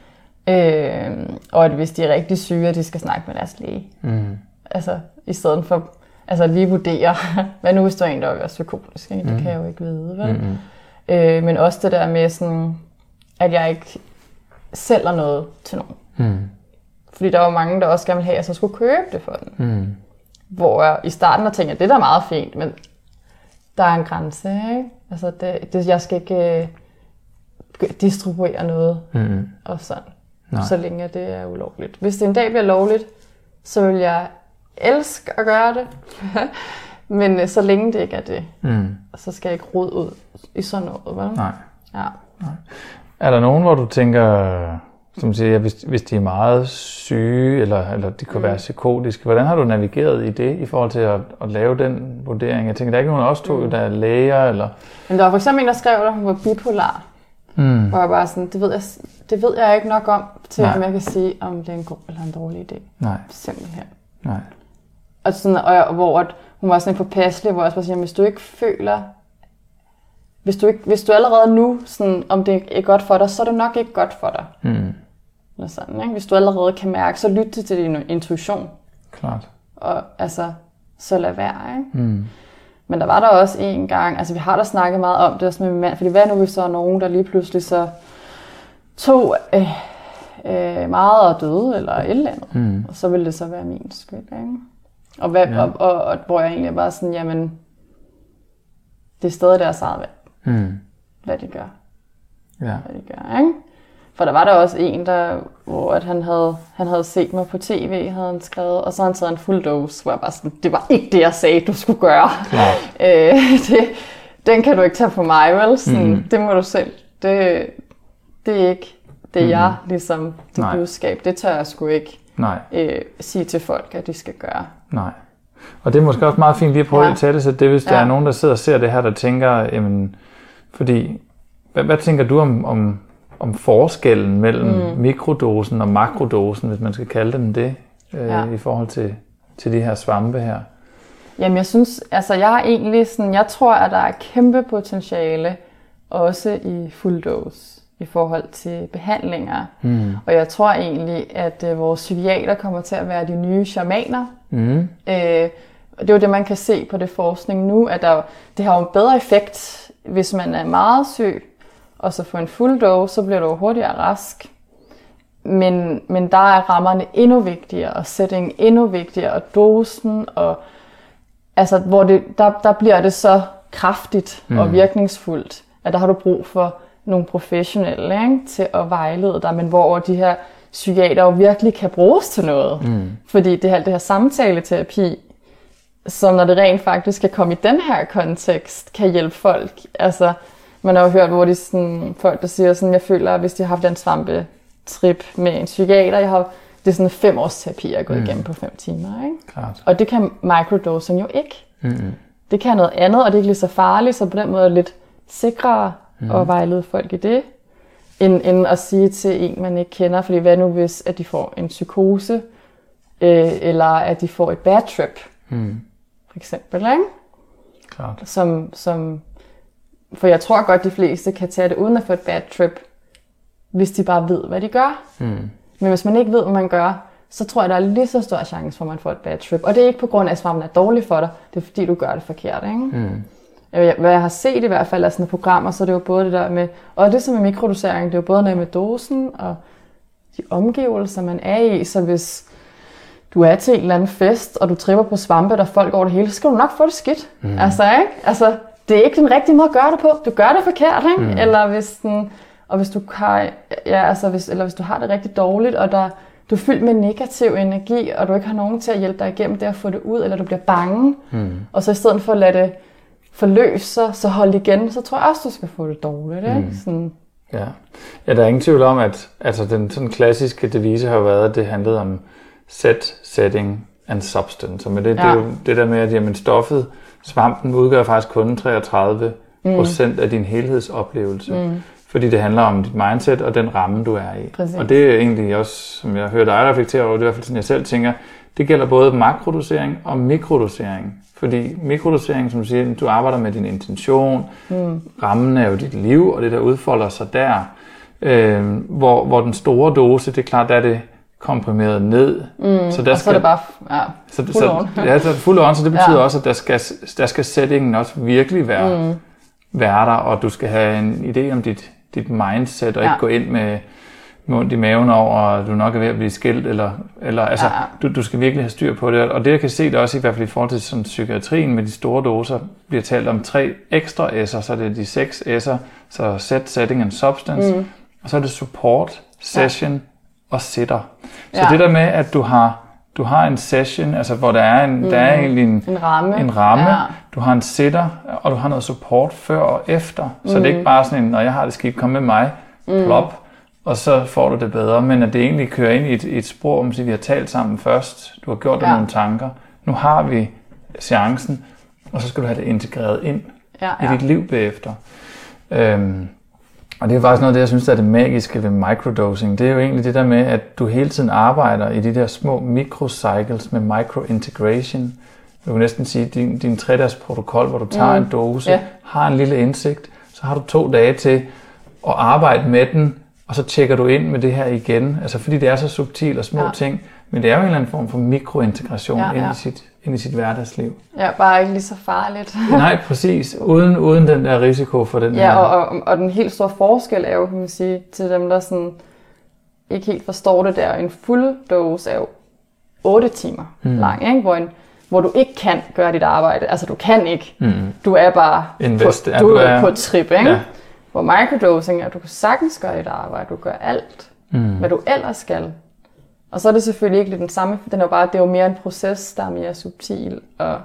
Øh, og at hvis de er rigtig syge, at de skal snakke med deres læge. Mm. Altså i stedet for altså lige vurdere, hvad nu hvis du er en, der er psykotisk, ikke? Det mm. kan jeg jo ikke vide, vel? Mm-hmm. Øh, men også det der med sådan, at jeg ikke sælger noget til nogen. Mm. Fordi der var mange, der også gerne ville have, at jeg så skulle købe det for den. Mm. Hvor jeg i starten tænkte, at det der er meget fint, men der er en grænse, ikke? Altså det, det, jeg skal ikke uh, distribuere noget mm. og sådan. Nej. Så længe det er ulovligt. Hvis det en dag bliver lovligt, så vil jeg elske at gøre det. Men så længe det ikke er det, mm. så skal jeg ikke rode ud i sådan noget. Vel? Nej. Ja. Nej. Er der nogen, hvor du tænker, som siger, ja, hvis, hvis de er meget syge, eller, eller de kunne mm. være psykotiske, hvordan har du navigeret i det, i forhold til at, at lave den vurdering? Jeg tænker, der er ikke nogen af os to, mm. der er læger, eller... Men der var for eksempel en, der skrev, at hun var bipolar. Mm. Hvor jeg bare sådan, det ved jeg, det ved jeg ikke nok om, til om jeg kan sige, om det er en god eller en dårlig idé. Nej. Simpelthen. Nej. Og, sådan, og jeg, hvor at hun var sådan en påpasselig, hvor jeg også bare siger, hvis du ikke føler, hvis du, ikke, hvis du allerede nu, sådan, om det er godt for dig, så er det nok ikke godt for dig. Mm. Eller sådan, ikke? Hvis du allerede kan mærke, så lyt til din intuition. Klart. Og altså, så lad være, ikke? Mm. Men der var der også en gang, altså vi har da snakket meget om det også med min mand, fordi hvad nu hvis der er nogen, der lige pludselig så tog øh, øh, meget og døde, eller et eller andet, mm. og så ville det så være min skyld, ikke? Og, hvad, ja. og, og, og hvor jeg egentlig bare sådan, jamen, det er stadig deres eget valg, mm. hvad de gør. Ja. Hvad de gør, ikke? For der var der også en, der, hvor at han, havde, han havde set mig på tv, havde han skrevet, og så havde han taget en fuld dose, hvor jeg bare sådan, det var ikke det, jeg sagde, du skulle gøre. Ja. øh, det, den kan du ikke tage på mig, vel? Sådan, mm. Det må du selv. Det, det er ikke det, mm. jeg ligesom, det budskab, det tør jeg sgu ikke Nej. Øh, sige til folk, at de skal gøre. Nej. Og det er måske også meget fint lige at prøve ja. at tale, så det hvis der ja. er nogen, der sidder og ser det her, der tænker, jamen, fordi, hvad, hvad tænker du om, om om forskellen mellem mm. mikrodosen og makrodosen, hvis man skal kalde dem det, øh, ja. i forhold til, til de her svampe her? Jamen jeg synes, altså jeg er egentlig sådan, jeg tror, at der er kæmpe potentiale også i fuld dose i forhold til behandlinger. Mm. Og jeg tror egentlig, at øh, vores psykiater kommer til at være de nye shamaner. Mm. Øh, det er jo det, man kan se på det forskning nu, at der, det har jo en bedre effekt, hvis man er meget syg, og så få en fuld dose, så bliver du hurtigere rask. Men, men der er rammerne endnu vigtigere, og settingen endnu vigtigere, og dosen, og altså, hvor det, der, der bliver det så kraftigt mm. og virkningsfuldt, at der har du brug for nogle professionelle, ikke, til at vejlede dig, men hvor de her psykiater jo virkelig kan bruges til noget. Mm. Fordi det her, det her samtaleterapi, som når det rent faktisk kan komme i den her kontekst, kan hjælpe folk. Altså, man har jo hørt, hvor de sådan, folk, der siger sådan, jeg føler, at hvis de har haft en svampetrip med en psykiater, jeg har, det er sådan fem års terapi, jeg er gået mm. igennem på fem timer. Ikke? Klart. Og det kan microdosing jo ikke. Mm-hmm. Det kan noget andet, og det er ikke lige så farligt, så på den måde er det lidt sikrere mm. at vejlede folk i det, end, end at sige til en, man ikke kender, fordi hvad nu hvis, at de får en psykose, øh, eller at de får et bad trip, mm. for eksempel, ikke? Klart. Som, som For jeg tror godt, de fleste kan tage det uden at få et bad trip, hvis de bare ved, hvad de gør. Mm. Men hvis man ikke ved, hvad man gør, så tror jeg, der er lige så stor chance for, at man får et bad trip. Og det er ikke på grund af, at svampen er dårlig for dig. Det er fordi, du gør det forkert, ikke? Mm. Hvad jeg har set i hvert fald af sådan et programmer, så det er jo både det der med, og det som med mikrodosering, det er jo både noget med dosen og de omgivelser, man er i. Så hvis du er til en eller anden fest, og du tripper på svampe, der folk over det hele, så skal du nok få det skidt. Mm. Altså, ikke? Altså, det er ikke den rigtige måde at gøre det på. Du gør det forkert, ikke? Mm. Eller hvis den, og hvis du har, ja, altså hvis, eller hvis du har det rigtig dårligt, og der, du er fyldt med negativ energi, og du ikke har nogen til at hjælpe dig igennem det at få det ud, eller du bliver bange, mm. og så i stedet for at lade det forløse sig, så hold igen, så tror jeg også, du skal få det dårligt, ikke? Mm. Sådan. Ja. ja, der er ingen tvivl om, at altså, den sådan klassiske devise har været, at det handlede om set, setting and substance. Og med det, ja. det er jo det der med, at jamen, stoffet, svampen udgør faktisk kun treogtredive procent mm. af din helhedsoplevelse. Mm. Fordi det handler om dit mindset og den ramme, du er i. Præcis. Og det er egentlig også, som jeg hører dig reflektere over, det er i hvert fald sådan, jeg selv tænker, det gælder både makrodosering og mikrodosering. Fordi mikrodosering, som du siger, du arbejder med din intention, mm. rammen er jo dit liv, og det der udfolder sig der. Øh, hvor, hvor den store dose, det er klart, der er det komprimeret ned. Mm, så der og skal, så er det bare ja, så, fuld on. Ja, så er det fuld on, så det betyder ja. også, at der skal, der skal settingen også virkelig være, mm. være der, og du skal have en idé om dit, dit mindset, og ja. ikke gå ind med, med ondt i maven over, at du nok er ved at blive skilt, eller, eller altså, ja. du, du skal virkelig have styr på det. Og det, jeg kan se, det også i hvert fald i forhold til sådan, psykiatrien med de store doser, bliver talt om tre ekstra S'er, så det er de seks S'er, så set, setting and substance, mm. og så er det support, session, ja. og sitter. Så ja. det der med, at du har, du har en session, altså hvor der er, en, mm. der er egentlig en, en ramme, en ramme. Ja. Du har en sitter, og du har noget support før og efter. Så mm. det er ikke bare sådan en, når jeg har det skidt, kom med mig, mm. plop, og så får du det bedre. Men at det egentlig kører ind i et, et spor, om at vi har talt sammen først. Du har gjort dig ja. nogle tanker. Nu har vi seancen, og så skal du have det integreret ind ja, ja. i dit liv bagefter. Øhm, Og det er faktisk noget af det, jeg synes, der er det magiske ved microdosing. Det er jo egentlig det der med, at du hele tiden arbejder i de der små microcycles med microintegration. Du kan næsten sige, at din, din tre-dages protokol, hvor du tager mm. en dose, yeah. har en lille indsigt, så har du to dage til at arbejde med den, og så tjekker du ind med det her igen. Altså fordi det er så subtilt og små ja. ting, men det er jo en eller anden form for mikrointegration ja, ja. Ind, i sit, ind i sit hverdagsliv. Ja, bare ikke lige så farligt. Nej, præcis. Uden, uden den der risiko for den ja, her... og, og, og den helt store forskel er jo, kan man sige, til dem, der sådan ikke helt forstår det der. En fuld dose er jo otte timer mm. lang, ikke? Hvor, en, hvor du ikke kan gøre dit arbejde. Altså, du kan ikke. Mm. Du er bare Invest, på, ja, du du er er, på trip, ikke? Ja. Hvor microdosing er, at du kan sagtens gøre dit arbejde. Du gør alt, mm. hvad du ellers skal. Og så er det selvfølgelig ikke lidt den samme, den er jo bare, det er jo mere en proces, der er mere subtil og,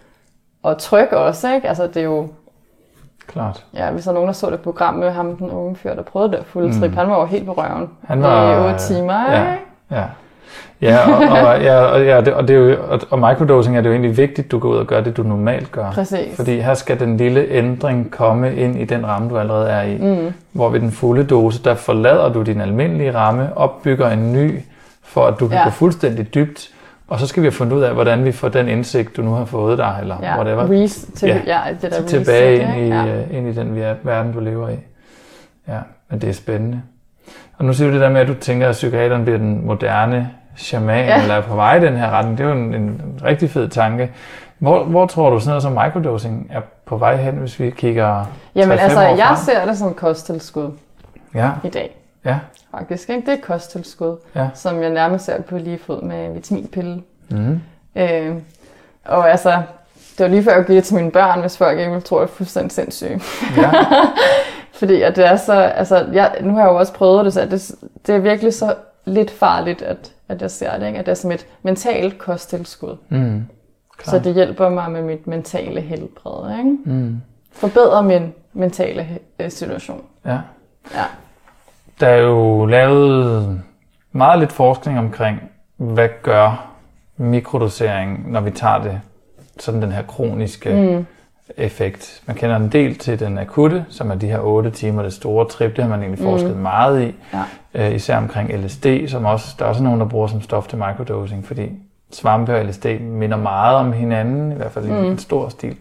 og tryg også, ikke? Altså det er jo... Klart. Ja, hvis der er nogen, der så det program med ham, den unge fyr, der prøvede det fulde trip, mm. han var jo helt på røven. Han var... I otte timer, ja, ikke? Ja, ja, og, og, ja, og, ja, det, og, det er jo, og, og microdosing er det jo egentlig vigtigt, at du går ud og gør det, du normalt gør. Præcis. Fordi her skal den lille ændring komme ind i den ramme, du allerede er i. Mm. Hvor ved den fulde dose, der forlader du din almindelige ramme, opbygger en ny, for at du kan ja. gå fuldstændig dybt. Og så skal vi have fundet ud af, hvordan vi får den indsigt, du nu har fået der, eller ja. whatever. Res- til, ja, ja, det der tilbage reset, ind i, ja. uh, ind i den verden, du lever i. Ja, men det er spændende. Og nu siger du det der med, at du tænker, at psykiateren bliver den moderne shaman, ja. eller er på vej i den her retning. Det er jo en, en rigtig fed tanke. Hvor, hvor tror du sådan noget som microdosing er på vej hen, hvis vi kigger Jamen altså, år jeg frem? ser det som kosttilskud ja. i dag. Ja. Faktisk, ikke? Det er et kosttilskud, ja. som jeg nærmest ser på lige fod med vitaminpille. Mm. Øh, og altså, det var lige før jeg gav det til mine børn, hvis folk ikke ville tro, at jeg er fuldstændig sindssyg. Ja. Fordi at det er så, altså, jeg, nu har jeg jo også prøvet det, så det, det er virkelig så lidt farligt, at, at jeg ser det, ikke? At det er som et mentalt kosttilskud. Mm. Så det hjælper mig med mit mentale helbred, ikke? Mm. Forbedrer min mentale situation. Ja. Ja. Der er jo lavet meget lidt forskning omkring, hvad gør mikrodosering, når vi tager det sådan den her kroniske mm. effekt. Man kender en del til den akutte, som er de her otte timer, det store trip. Det har man egentlig forsket mm. meget i. Ja. Øh, især omkring L S D, som også, der er også nogen, der bruger som stof til microdosing, fordi svampe og L S D minder meget om hinanden, i hvert fald mm. i en stor stil.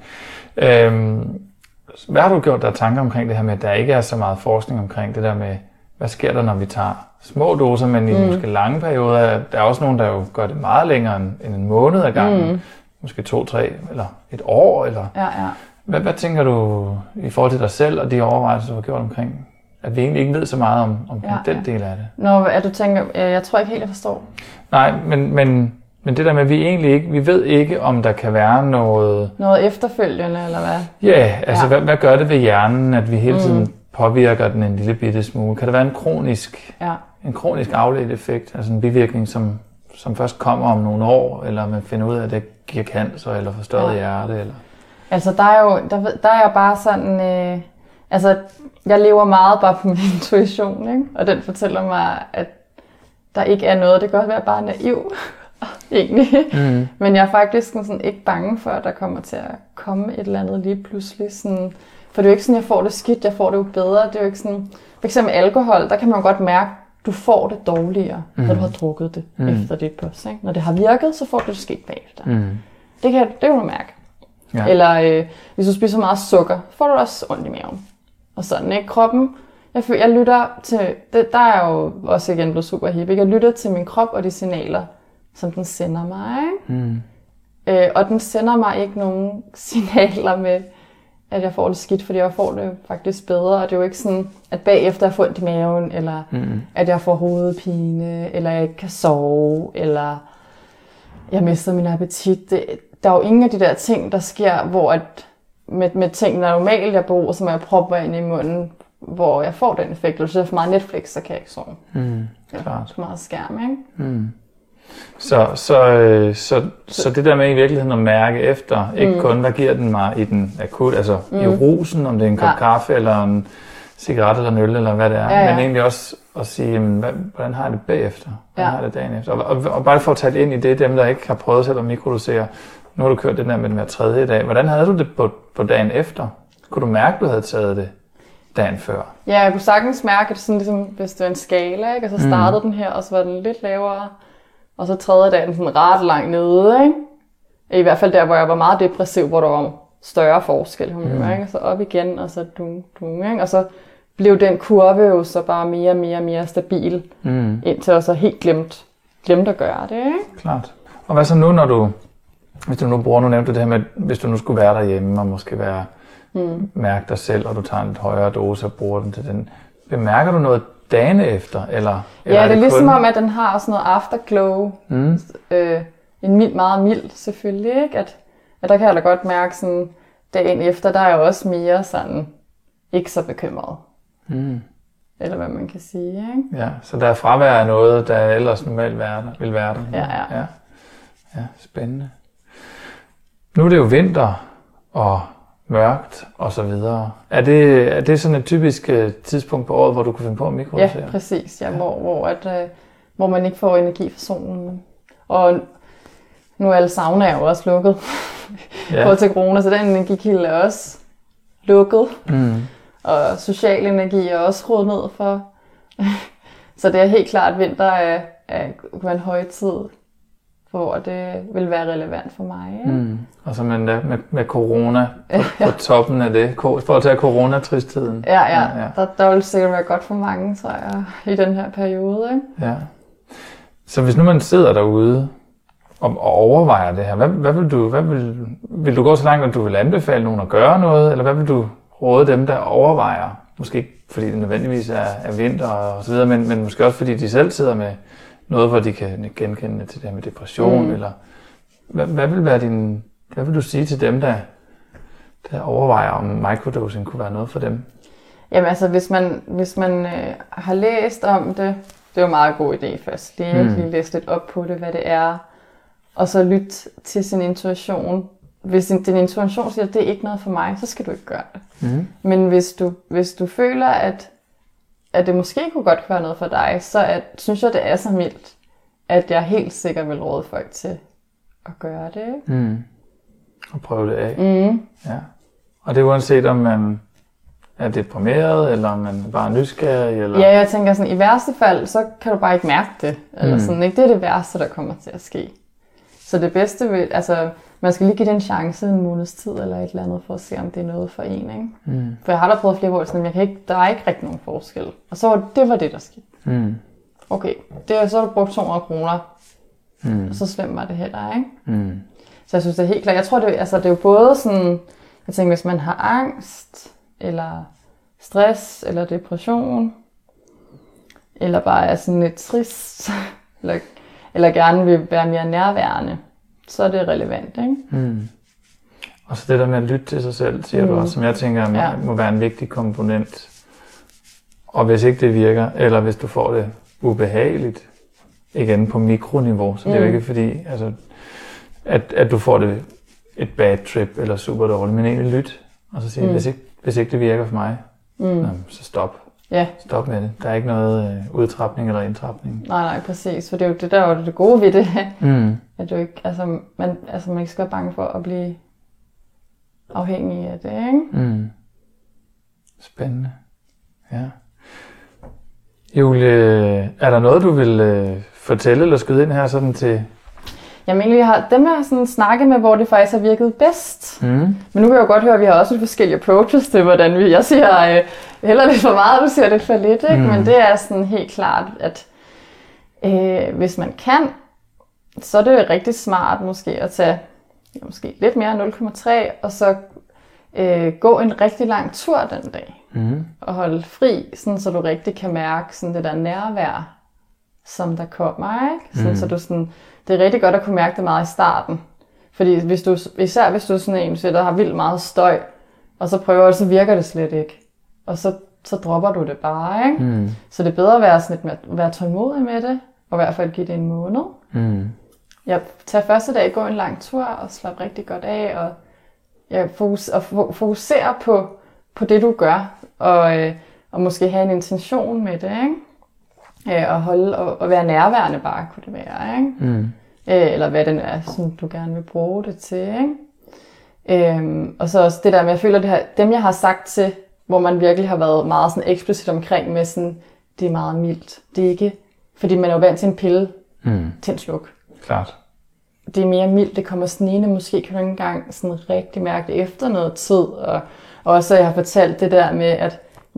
Øhm, hvad har du gjort der tanker omkring det her med, at der ikke er så meget forskning omkring det der med, hvad sker der, når vi tager små doser, men i mm. måske lange perioder? Der er også nogen, der jo gør det meget længere end en måned ad gangen. Mm. Måske to, tre eller et år. Eller... Ja, ja. Hvad, hvad tænker du i forhold til dig selv og de overvejelser, du har gjort omkring, at vi egentlig ikke ved så meget om, om ja, den ja. del af det? Nå, at du tænker, jeg tror ikke helt, jeg forstår. Nej, men, men, men det der med, at vi egentlig ikke, vi ved ikke, om der kan være noget... Noget efterfølgende, eller hvad? Ja, altså ja. Hvad, hvad gør det ved hjernen, at vi hele tiden mm. påvirker den en lille bitte smule? Kan det være en kronisk, ja. en kronisk afledt effekt, altså en bivirkning, som, som først kommer om nogle år, eller man finder ud af, at det giver cancer, eller forstørret ja. hjerte, eller... Altså, der er jo, der, der er jo bare sådan... Øh, altså, jeg lever meget bare på min intuition, ikke? Og den fortæller mig, at der ikke er noget. Det kan godt være bare naiv, egentlig. Mm. Men jeg er faktisk sådan ikke bange for, at der kommer til at komme et eller andet lige pludselig. Sådan, for det er jo ikke sådan, jeg får det skidt, jeg får det jo bedre. Det er jo ikke sådan... For eksempel alkohol, der kan man godt mærke, du får det dårligere, mm. når du har drukket det mm. efter dit pus. Ikke? Når det har virket, så får du det skidt bagefter. Mm. Det kan, det kan du mærke. Ja. Eller øh, hvis du spiser meget sukker, får du også ondt i maven. Og sådan, ikke? Kroppen, jeg, føler, jeg lytter til, det, der er jo også igen blevet super hip, ikke? Jeg lytter til min krop og de signaler, som den sender mig. Mm. Øh, og den sender mig ikke nogen signaler med, at jeg får det skidt, fordi jeg får det faktisk bedre. Og det er jo ikke sådan, at bagefter jeg får ondt i maven, eller mm. at jeg får hovedpine, eller jeg ikke kan sove, eller jeg mister min appetit. Det, der er jo ingen af de der ting, der sker, hvor at med, med ting, der normalt jeg bruger, som jeg propper ind i munden, hvor jeg får den effekt. Hvis jeg er for meget Netflix, så kan jeg ikke sove. Mm, klart. For meget skærm, ikke? Mm. Så, så, øh, så, så det der med i virkeligheden at mærke efter, ikke mm. kun hvad giver den mig i den akut, altså mm. i rusen, om det er en kop ja. kaffe, eller en cigaret eller en øl, eller hvad det er, ja, ja. men egentlig også at sige, jamen, hvad, hvordan har jeg det bagefter? Hvordan ja. har jeg det dagen efter? Og, og, og bare for at tage ind i det, dem der ikke har prøvet selv at mikrodosere, nu har du kørt den der med den hver tredje dag. Hvordan havde du det på, på dagen efter? Kunne du mærke, du havde taget det? dagen før. Ja, jeg kunne sagtens mærke, at sådan ligesom, hvis det var en skala, ikke? Og så startede mm. den her, og så var den lidt lavere. Og så tredje dagen sådan ret langt nede, ikke? I hvert fald der, hvor jeg var meget depressiv, hvor der var større forskel. Mm. Ikke? Så op igen, og så dung, dung, ikke? Og så blev den kurve jo så bare mere og mere, mere stabil, mm. indtil jeg så helt glemt, glemt at gøre det. Ikke? Klart. Og hvad så nu, når du, hvis du nu bruger, nu nævnte det her med, hvis du nu skulle være derhjemme og måske være, mm. mærke dig selv, og du tager en lidt højere dose og bruger den til den, bemærker du noget dagene efter? Eller, eller ja, er det er det ligesom kun... om, at den har sådan noget afterglow. Mm. Øh, en mild, meget mild selvfølgelig, ikke? At, at der kan jeg da godt mærke sådan, dagen efter, der er jeg også mere sådan, ikke så bekymret. Mm. Eller hvad man kan sige, ikke? Ja, så der er fravær af noget, der ellers normalt vil være der. Ja, ja. ja. Ja, spændende. Nu er det jo vinter og mørkt og så videre. Er det, er det sådan et typisk tidspunkt på året, hvor du kan finde på at mikrodosere? Ja, præcis. Ja, ja. Hvor, hvor, at, hvor man ikke får energi fra solen. Og nu er alle saunaer jo også lukket ja. På til corona, så den energikilde er også lukket. Mm. Og social energi er også rodet ned for. Så det er helt klart, at vinter er, er, er en højtid, hvor det vil være relevant for mig. Ja? Mm. Og så med, med, med corona på, på toppen af det, for at tage coronatristheden. Ja, ja. ja, ja. Der, der vil sikkert være godt for mange, tror jeg, i den her periode. Ikke? Ja. Så hvis nu man sidder derude og overvejer det her, hvad, hvad vil du, hvad vil, vil du gå så langt, at du vil anbefale nogen at gøre noget, eller hvad vil du råde dem, der overvejer, måske ikke fordi det nødvendigvis er, er vinter og så videre, men, men måske også fordi de selv sidder med noget, hvor de kan genkende til det her med depression, mm. eller hvad, hvad vil være din, hvad vil du sige til dem, der, der overvejer, om microdosing kunne være noget for dem? Jamen altså, hvis man, hvis man øh, har læst om det, det er jo en meget god idé først, lige, mm. lige læse lidt op på det, hvad det er, og så lytte til sin intuition. Hvis din, din intuition siger, at det er ikke noget for mig, så skal du ikke gøre det. Mm. Men hvis du, hvis du føler, at, at det måske kunne godt være noget for dig, så at, synes jeg, det er så mildt, at jeg helt sikkert vil råde folk til at gøre det. Mm. Og prøve det af. Mm. Ja. Og det er uanset om man er deprimeret, eller om man bare er nysgerrig? Eller... Ja, jeg tænker sådan, i værste fald, så kan du bare ikke mærke det. Eller mm. sådan, ikke? Det er det værste, der kommer til at ske. Så det bedste vil, altså, man skal lige give det en chance en måneds tid eller et eller andet, for at se, om det er noget for en, ikke? Mm. For jeg har da prøvet flere år, sådan, jeg kan ikke, der er ikke rigtig nogen forskel. Og så var det var det, der skete. Mm. Okay, det er, så har du brugt to hundrede kroner, mm. og så slemt var det heller, ikke? Mm. Så jeg synes, det er helt klart. Jeg tror, det, altså, det er jo både sådan, jeg tænker, hvis man har angst, eller stress, eller depression, eller bare er sådan lidt trist, eller, eller gerne vil være mere nærværende, så er det relevant, ikke? Mm. Og så det der med at lytte til sig selv, siger mm. du også, som jeg tænker ja. må være en vigtig komponent. Og hvis ikke det virker, eller hvis du får det ubehageligt, igen på mikroniveau, så mm. det er jo ikke fordi, altså, at, at du får det et bad trip eller super dårligt, men egentlig lyt, og så sige, mm. hvis, ikke, hvis ikke det virker for mig, mm. nå, så stop. Ja. Stop med det. Der er ikke noget øh, udtrapning eller indtrapning. Nej, nej, præcis. For det er jo det, der er jo det gode ved det. Mm. At du ikke, altså, man, altså, man ikke skal være bange for at blive afhængig af det, ikke? Mm. Spændende. Ja. Julie, er der noget, du vil øh, fortælle eller skyde ind her sådan til... Jamen egentlig, har, dem jeg har sådan snakket med, hvor det faktisk har virket bedst. Mm. Men nu kan jeg jo godt høre, at vi har også forskellige approaches til, hvordan vi... Jeg siger øh, heller lidt for meget, du siger lidt for lidt, ikke? Mm. Men det er sådan helt klart, at øh, hvis man kan, så er det rigtig smart måske at tage ja, måske lidt mere nul komma tre, og så øh, gå en rigtig lang tur den dag. Mm. Og holde fri, sådan, så du rigtig kan mærke sådan det der nærvær, som der kommer, ikke? Sådan, mm. så du sådan... Det er rigtig godt at kunne mærke det meget i starten. Fordi hvis du, især hvis du er sådan en, der har vildt meget støj, og så prøver det, så virker det slet ikke. Og så, så dropper du det bare, ikke? Mm. Så det er bedre at være, sådan lidt med, være tålmodig med det, og i hvert fald give det en måned. Mm. Jeg tager første dag, gå en lang tur, og slap rigtig godt af, og, jeg fokus, og fokusere på, på det, du gør, og, øh, og måske have en intention med det, ikke? Og holde og, og være nærværende bare, kunne det være, ikke? Mm. Eller hvad det er, som du gerne vil bruge det til, ikke? Øhm, og så også det der med, jeg føler, det her, dem jeg har sagt til hvor man virkelig har været meget sådan eksplicit omkring med sådan, det er meget mildt. Det er ikke, fordi man er jo vant til en pille mm. til en sluk. Klart. Det er mere mildt, det kommer snigende, måske kan du ikke engang sådan rigtig mærke det efter noget tid. Og, og også jeg har fortalt det der med, at,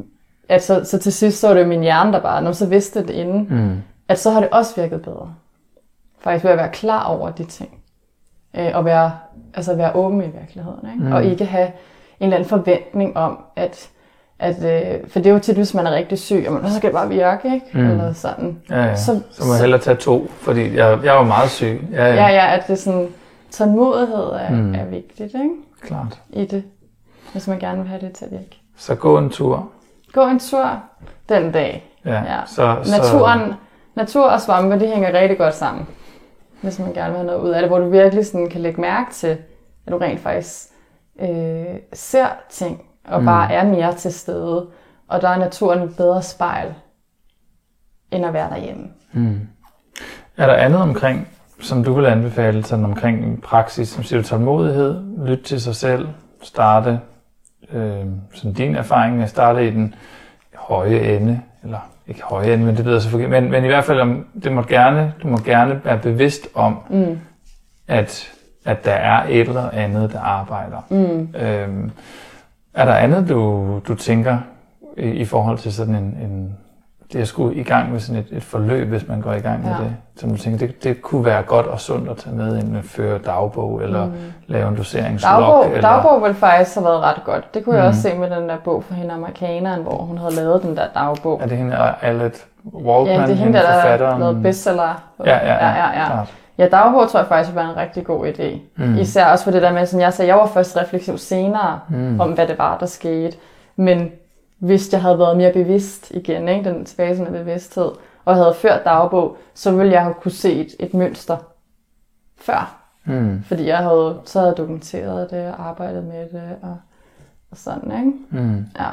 at så, så til sidst så var det min hjerne, der bare, når så vidste det inden, mm. at så har det også virket bedre. Faktisk ved at være klar over de ting. Øh, og være, altså være åben i virkeligheden. Ikke? Mm. Og ikke have en eller anden forventning om, at, at øh, for det er jo tit, hvis man er rigtig syg, og så skal det bare virke, ikke? Mm. Eller sådan. Ja, ja. Så, så må jeg hellere tage to, fordi jeg, jeg var meget syg. Ja, ja, ja, ja, at det er sådan, tålmodighed er, mm. er vigtigt, ikke? Klart. I det, hvis man gerne vil have det til at virke. Så gå en tur. Gå en tur den dag. Ja, ja. Så, Naturen, så... natur og svampe, de hænger rigtig godt sammen. Hvis man gerne vil have noget ud af det, hvor du virkelig sådan kan lægge mærke til, at du rent faktisk øh, ser ting, og mm. bare er mere til stede. Og der er naturen et bedre spejl, end at være derhjemme. Mm. Er der andet omkring, som du vil anbefale, sådan omkring praksis, som siger du tålmodighed, lyt til sig selv, starte, øh, sådan din erfaring med at starte i den høje ende, eller ikke høje ende, men det lyder så forkert, men, men i hvert fald, om, det må gerne, du må gerne være bevidst om, mm. at, at der er et eller andet, der arbejder. Mm. Øhm, er der andet, du, du tænker i, i forhold til sådan en, en det at skulle i gang med sådan et, et forløb, hvis man går i gang med ja. det, som du tænker, det, det kunne være godt og sundt at tage med ind og føre dagbog, eller mm. lave en doseringslog? Dagbog, eller... dagbog ville faktisk have været ret godt. Det kunne mm. jeg også se med den der bog for hende amerikaneren, hvor hun havde lavet den der dagbog. Er det hende, Alec Waldman, ja, det er hende, der har lavet bestseller. Ja, ja, ja. ja, ja, ja. Ja, dagbog tror jeg faktisk var en rigtig god idé. Mm. Især også for det der med, som jeg sagde, jeg var først refleksiv senere mm. om, hvad det var, der skete. Men hvis jeg havde været mere bevidst igen, ikke? Den tilbage af bevidsthed, og havde ført dagbog, så ville jeg have kunne se et, et mønster før. Mm. Fordi jeg havde, så havde dokumenteret det og arbejdet med det og, og sådan, ikke? Mm. Ja.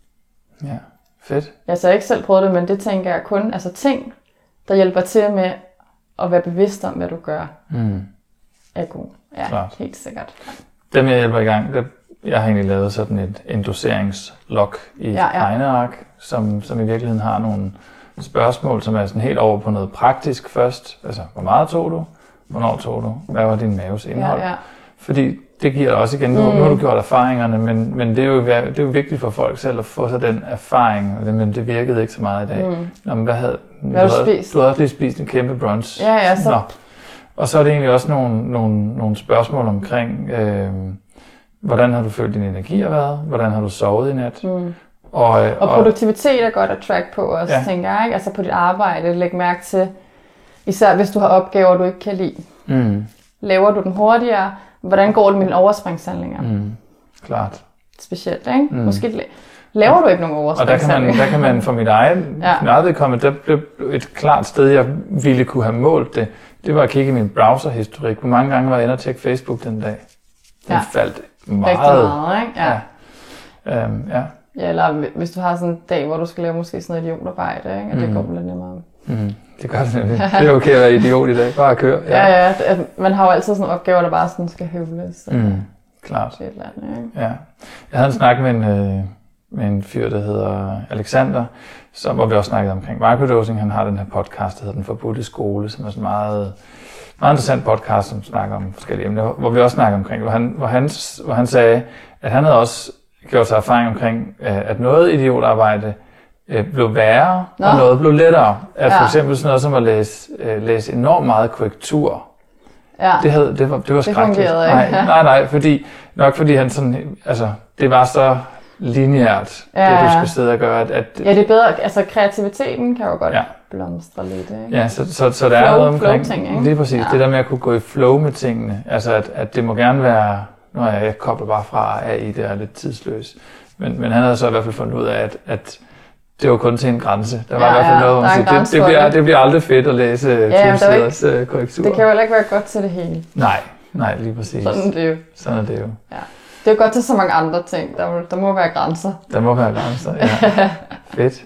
Ja, fedt. Jeg har ikke selv prøvet det, men det tænker jeg kun, altså ting, der hjælper til med at være bevidst om, hvad du gør, mm. er god. Ja, klart. Helt sikkert. Dem jeg hjælper i gang, det jeg har egentlig lavet sådan et, en doseringslog i ja, ja. regneark, som, som i virkeligheden har nogle spørgsmål, som er sådan helt over på noget praktisk først. Altså, hvor meget tog du? Hvornår tog du? Hvad var din maves indhold? Ja, ja. Fordi det giver dig også igen, nu, mm. nu har du gjort erfaringerne, men, men det, er jo, det er jo vigtigt for folk selv at få sig den erfaring, men det virkede ikke så meget i dag. Mm. Nå, men hvad havde hvad du, du, havde, du havde også lige spist en kæmpe brunch. Ja, ja, så... Nå. Og så er det egentlig også nogle, nogle, nogle spørgsmål omkring... Øh, hvordan har du følt din energi har været? Hvordan har du sovet i nat? Mm. Og, og, og produktivitet er godt at track på også, ja. tænker jeg. Ikke? Altså på dit arbejde, læg mærke til, især hvis du har opgaver, du ikke kan lide. Mm. Laver du den hurtigere? Hvordan går det med dine overspringshandlinger? Mm. Klart. Specielt, ikke? Mm. Måske laver du ikke nogen overspringshandlinger. Og der kan man, der kan man for mit eget, ja. mit eget vedkommende, der blev et klart sted, jeg ville kunne have målt det. Det var at kigge i min browserhistorik. Hvor mange gange var jeg inde og tjekke Facebook den dag? Den ja. faldt meget. Rigtig meget, ikke? Ja. Ja. Øhm, ja. Ja, eller hvis du har sådan en dag, hvor du skal lave måske sådan noget idiotarbejde, ikke? Og det mm. går lidt nemmere. Mm. Det gør det nemlig. Det er okay at være idiot i dag. Bare at køre. Ja, ja. ja man har jo altid sådan nogle opgaver, der bare sådan skal høvles. Mm. Klart. Et eller andet, ikke? Ja. Jeg havde en snak med en, øh, med en fyr, der hedder Alexander, som, hvor vi også snakkede omkring microdosing. Han har den her podcast, der hedder Den Forbudte Skole, som er sådan meget... meget interessant podcast, som snakker om forskellige emner, hvor vi også snakker omkring, hvor han, hvor han, hvor han sagde, at han havde også gjort sig erfaring omkring, at noget idiotarbejde blev værre, Nå. og noget blev lettere. At ja. for eksempel sådan noget som at læse, læse enormt meget korrektur. Ja. Det, havde, det var, det var skrækkeligt. Det fungerede ikke. Nej, nej, nej, fordi, nok fordi han sådan, altså, det var så lineært, ja. det du skulle sidde og gøre. At, at, ja, det er bedre, altså kreativiteten kan jo godt ja. blomstre lidt, ikke? Ja, så, så, så der flow, er noget omkring, ting, ikke? Lige præcis, ja. det der med at kunne gå i flow med tingene, altså at, at det må gerne være, nu er jeg, jeg kobler bare fra A I, det er lidt tidsløs, men, men han havde så i hvert fald fundet ud af, at, at det var kun til en grænse. Der var ja, i hvert fald noget, hvor man siger, det, det, bliver, det bliver aldrig fedt at læse ja, tyve siders ikke, korrektur. Det kan jo heller ikke være godt til det hele. Nej, nej, lige præcis. Sådan er det jo. Sådan er det jo. Ja. Det er jo godt til så mange andre ting. Der må, der må være grænser. Der må være grænser, ja. Fedt.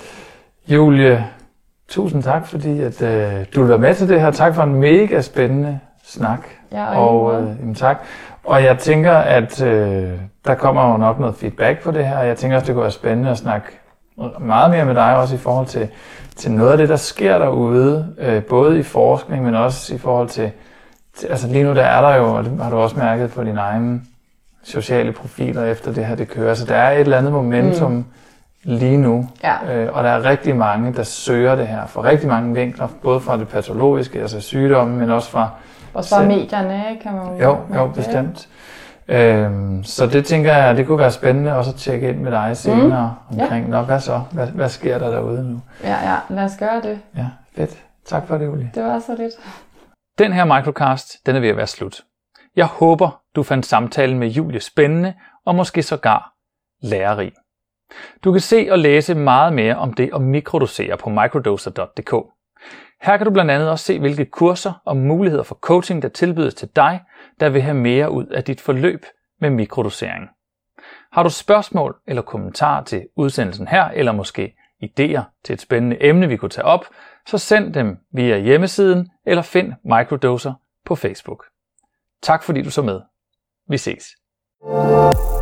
Julie, tusind tak, fordi at, øh, du vil være med til det her. Tak for en mega spændende snak. Ja, og og øh, jamen, tak. Og jeg tænker, at øh, der kommer jo nok noget feedback på det her, og jeg tænker også, det kunne være spændende at snakke meget mere med dig også i forhold til, til noget af det, der sker derude, øh, både i forskning, men også i forhold til, til, altså lige nu der er der jo, og det har du også mærket på dine egne sociale profiler efter det her, det kører, så der er et eller andet momentum mm. lige nu, ja. øh, og der er rigtig mange, der søger det her, fra rigtig mange vinkler, både fra det patologiske, altså sygdommen, men også fra også fra medierne, kan man jo, jo, bestemt. Øhm, så det tænker jeg, det kunne være spændende også at tjekke ind med dig senere mm. omkring, ja. Nå, hvad så? Hvad, hvad sker der derude nu? Ja, ja, lad os gøre det. Ja, fedt. Tak for det, Uli. Det var så lidt. Den her microcast, den er ved at være slut. Jeg håber, du fandt samtalen med Julie spændende og måske sågar lærerig. Du kan se og læse meget mere om det at mikrodosere på microdoser punktum d k. Her kan du blandt andet også se, hvilke kurser og muligheder for coaching, der tilbydes til dig, der vil have mere ud af dit forløb med mikrodosering. Har du spørgsmål eller kommentarer til udsendelsen her, eller måske idéer til et spændende emne, vi kunne tage op, så send dem via hjemmesiden eller find Microdoser på Facebook. Tak fordi du så med. Vi ses.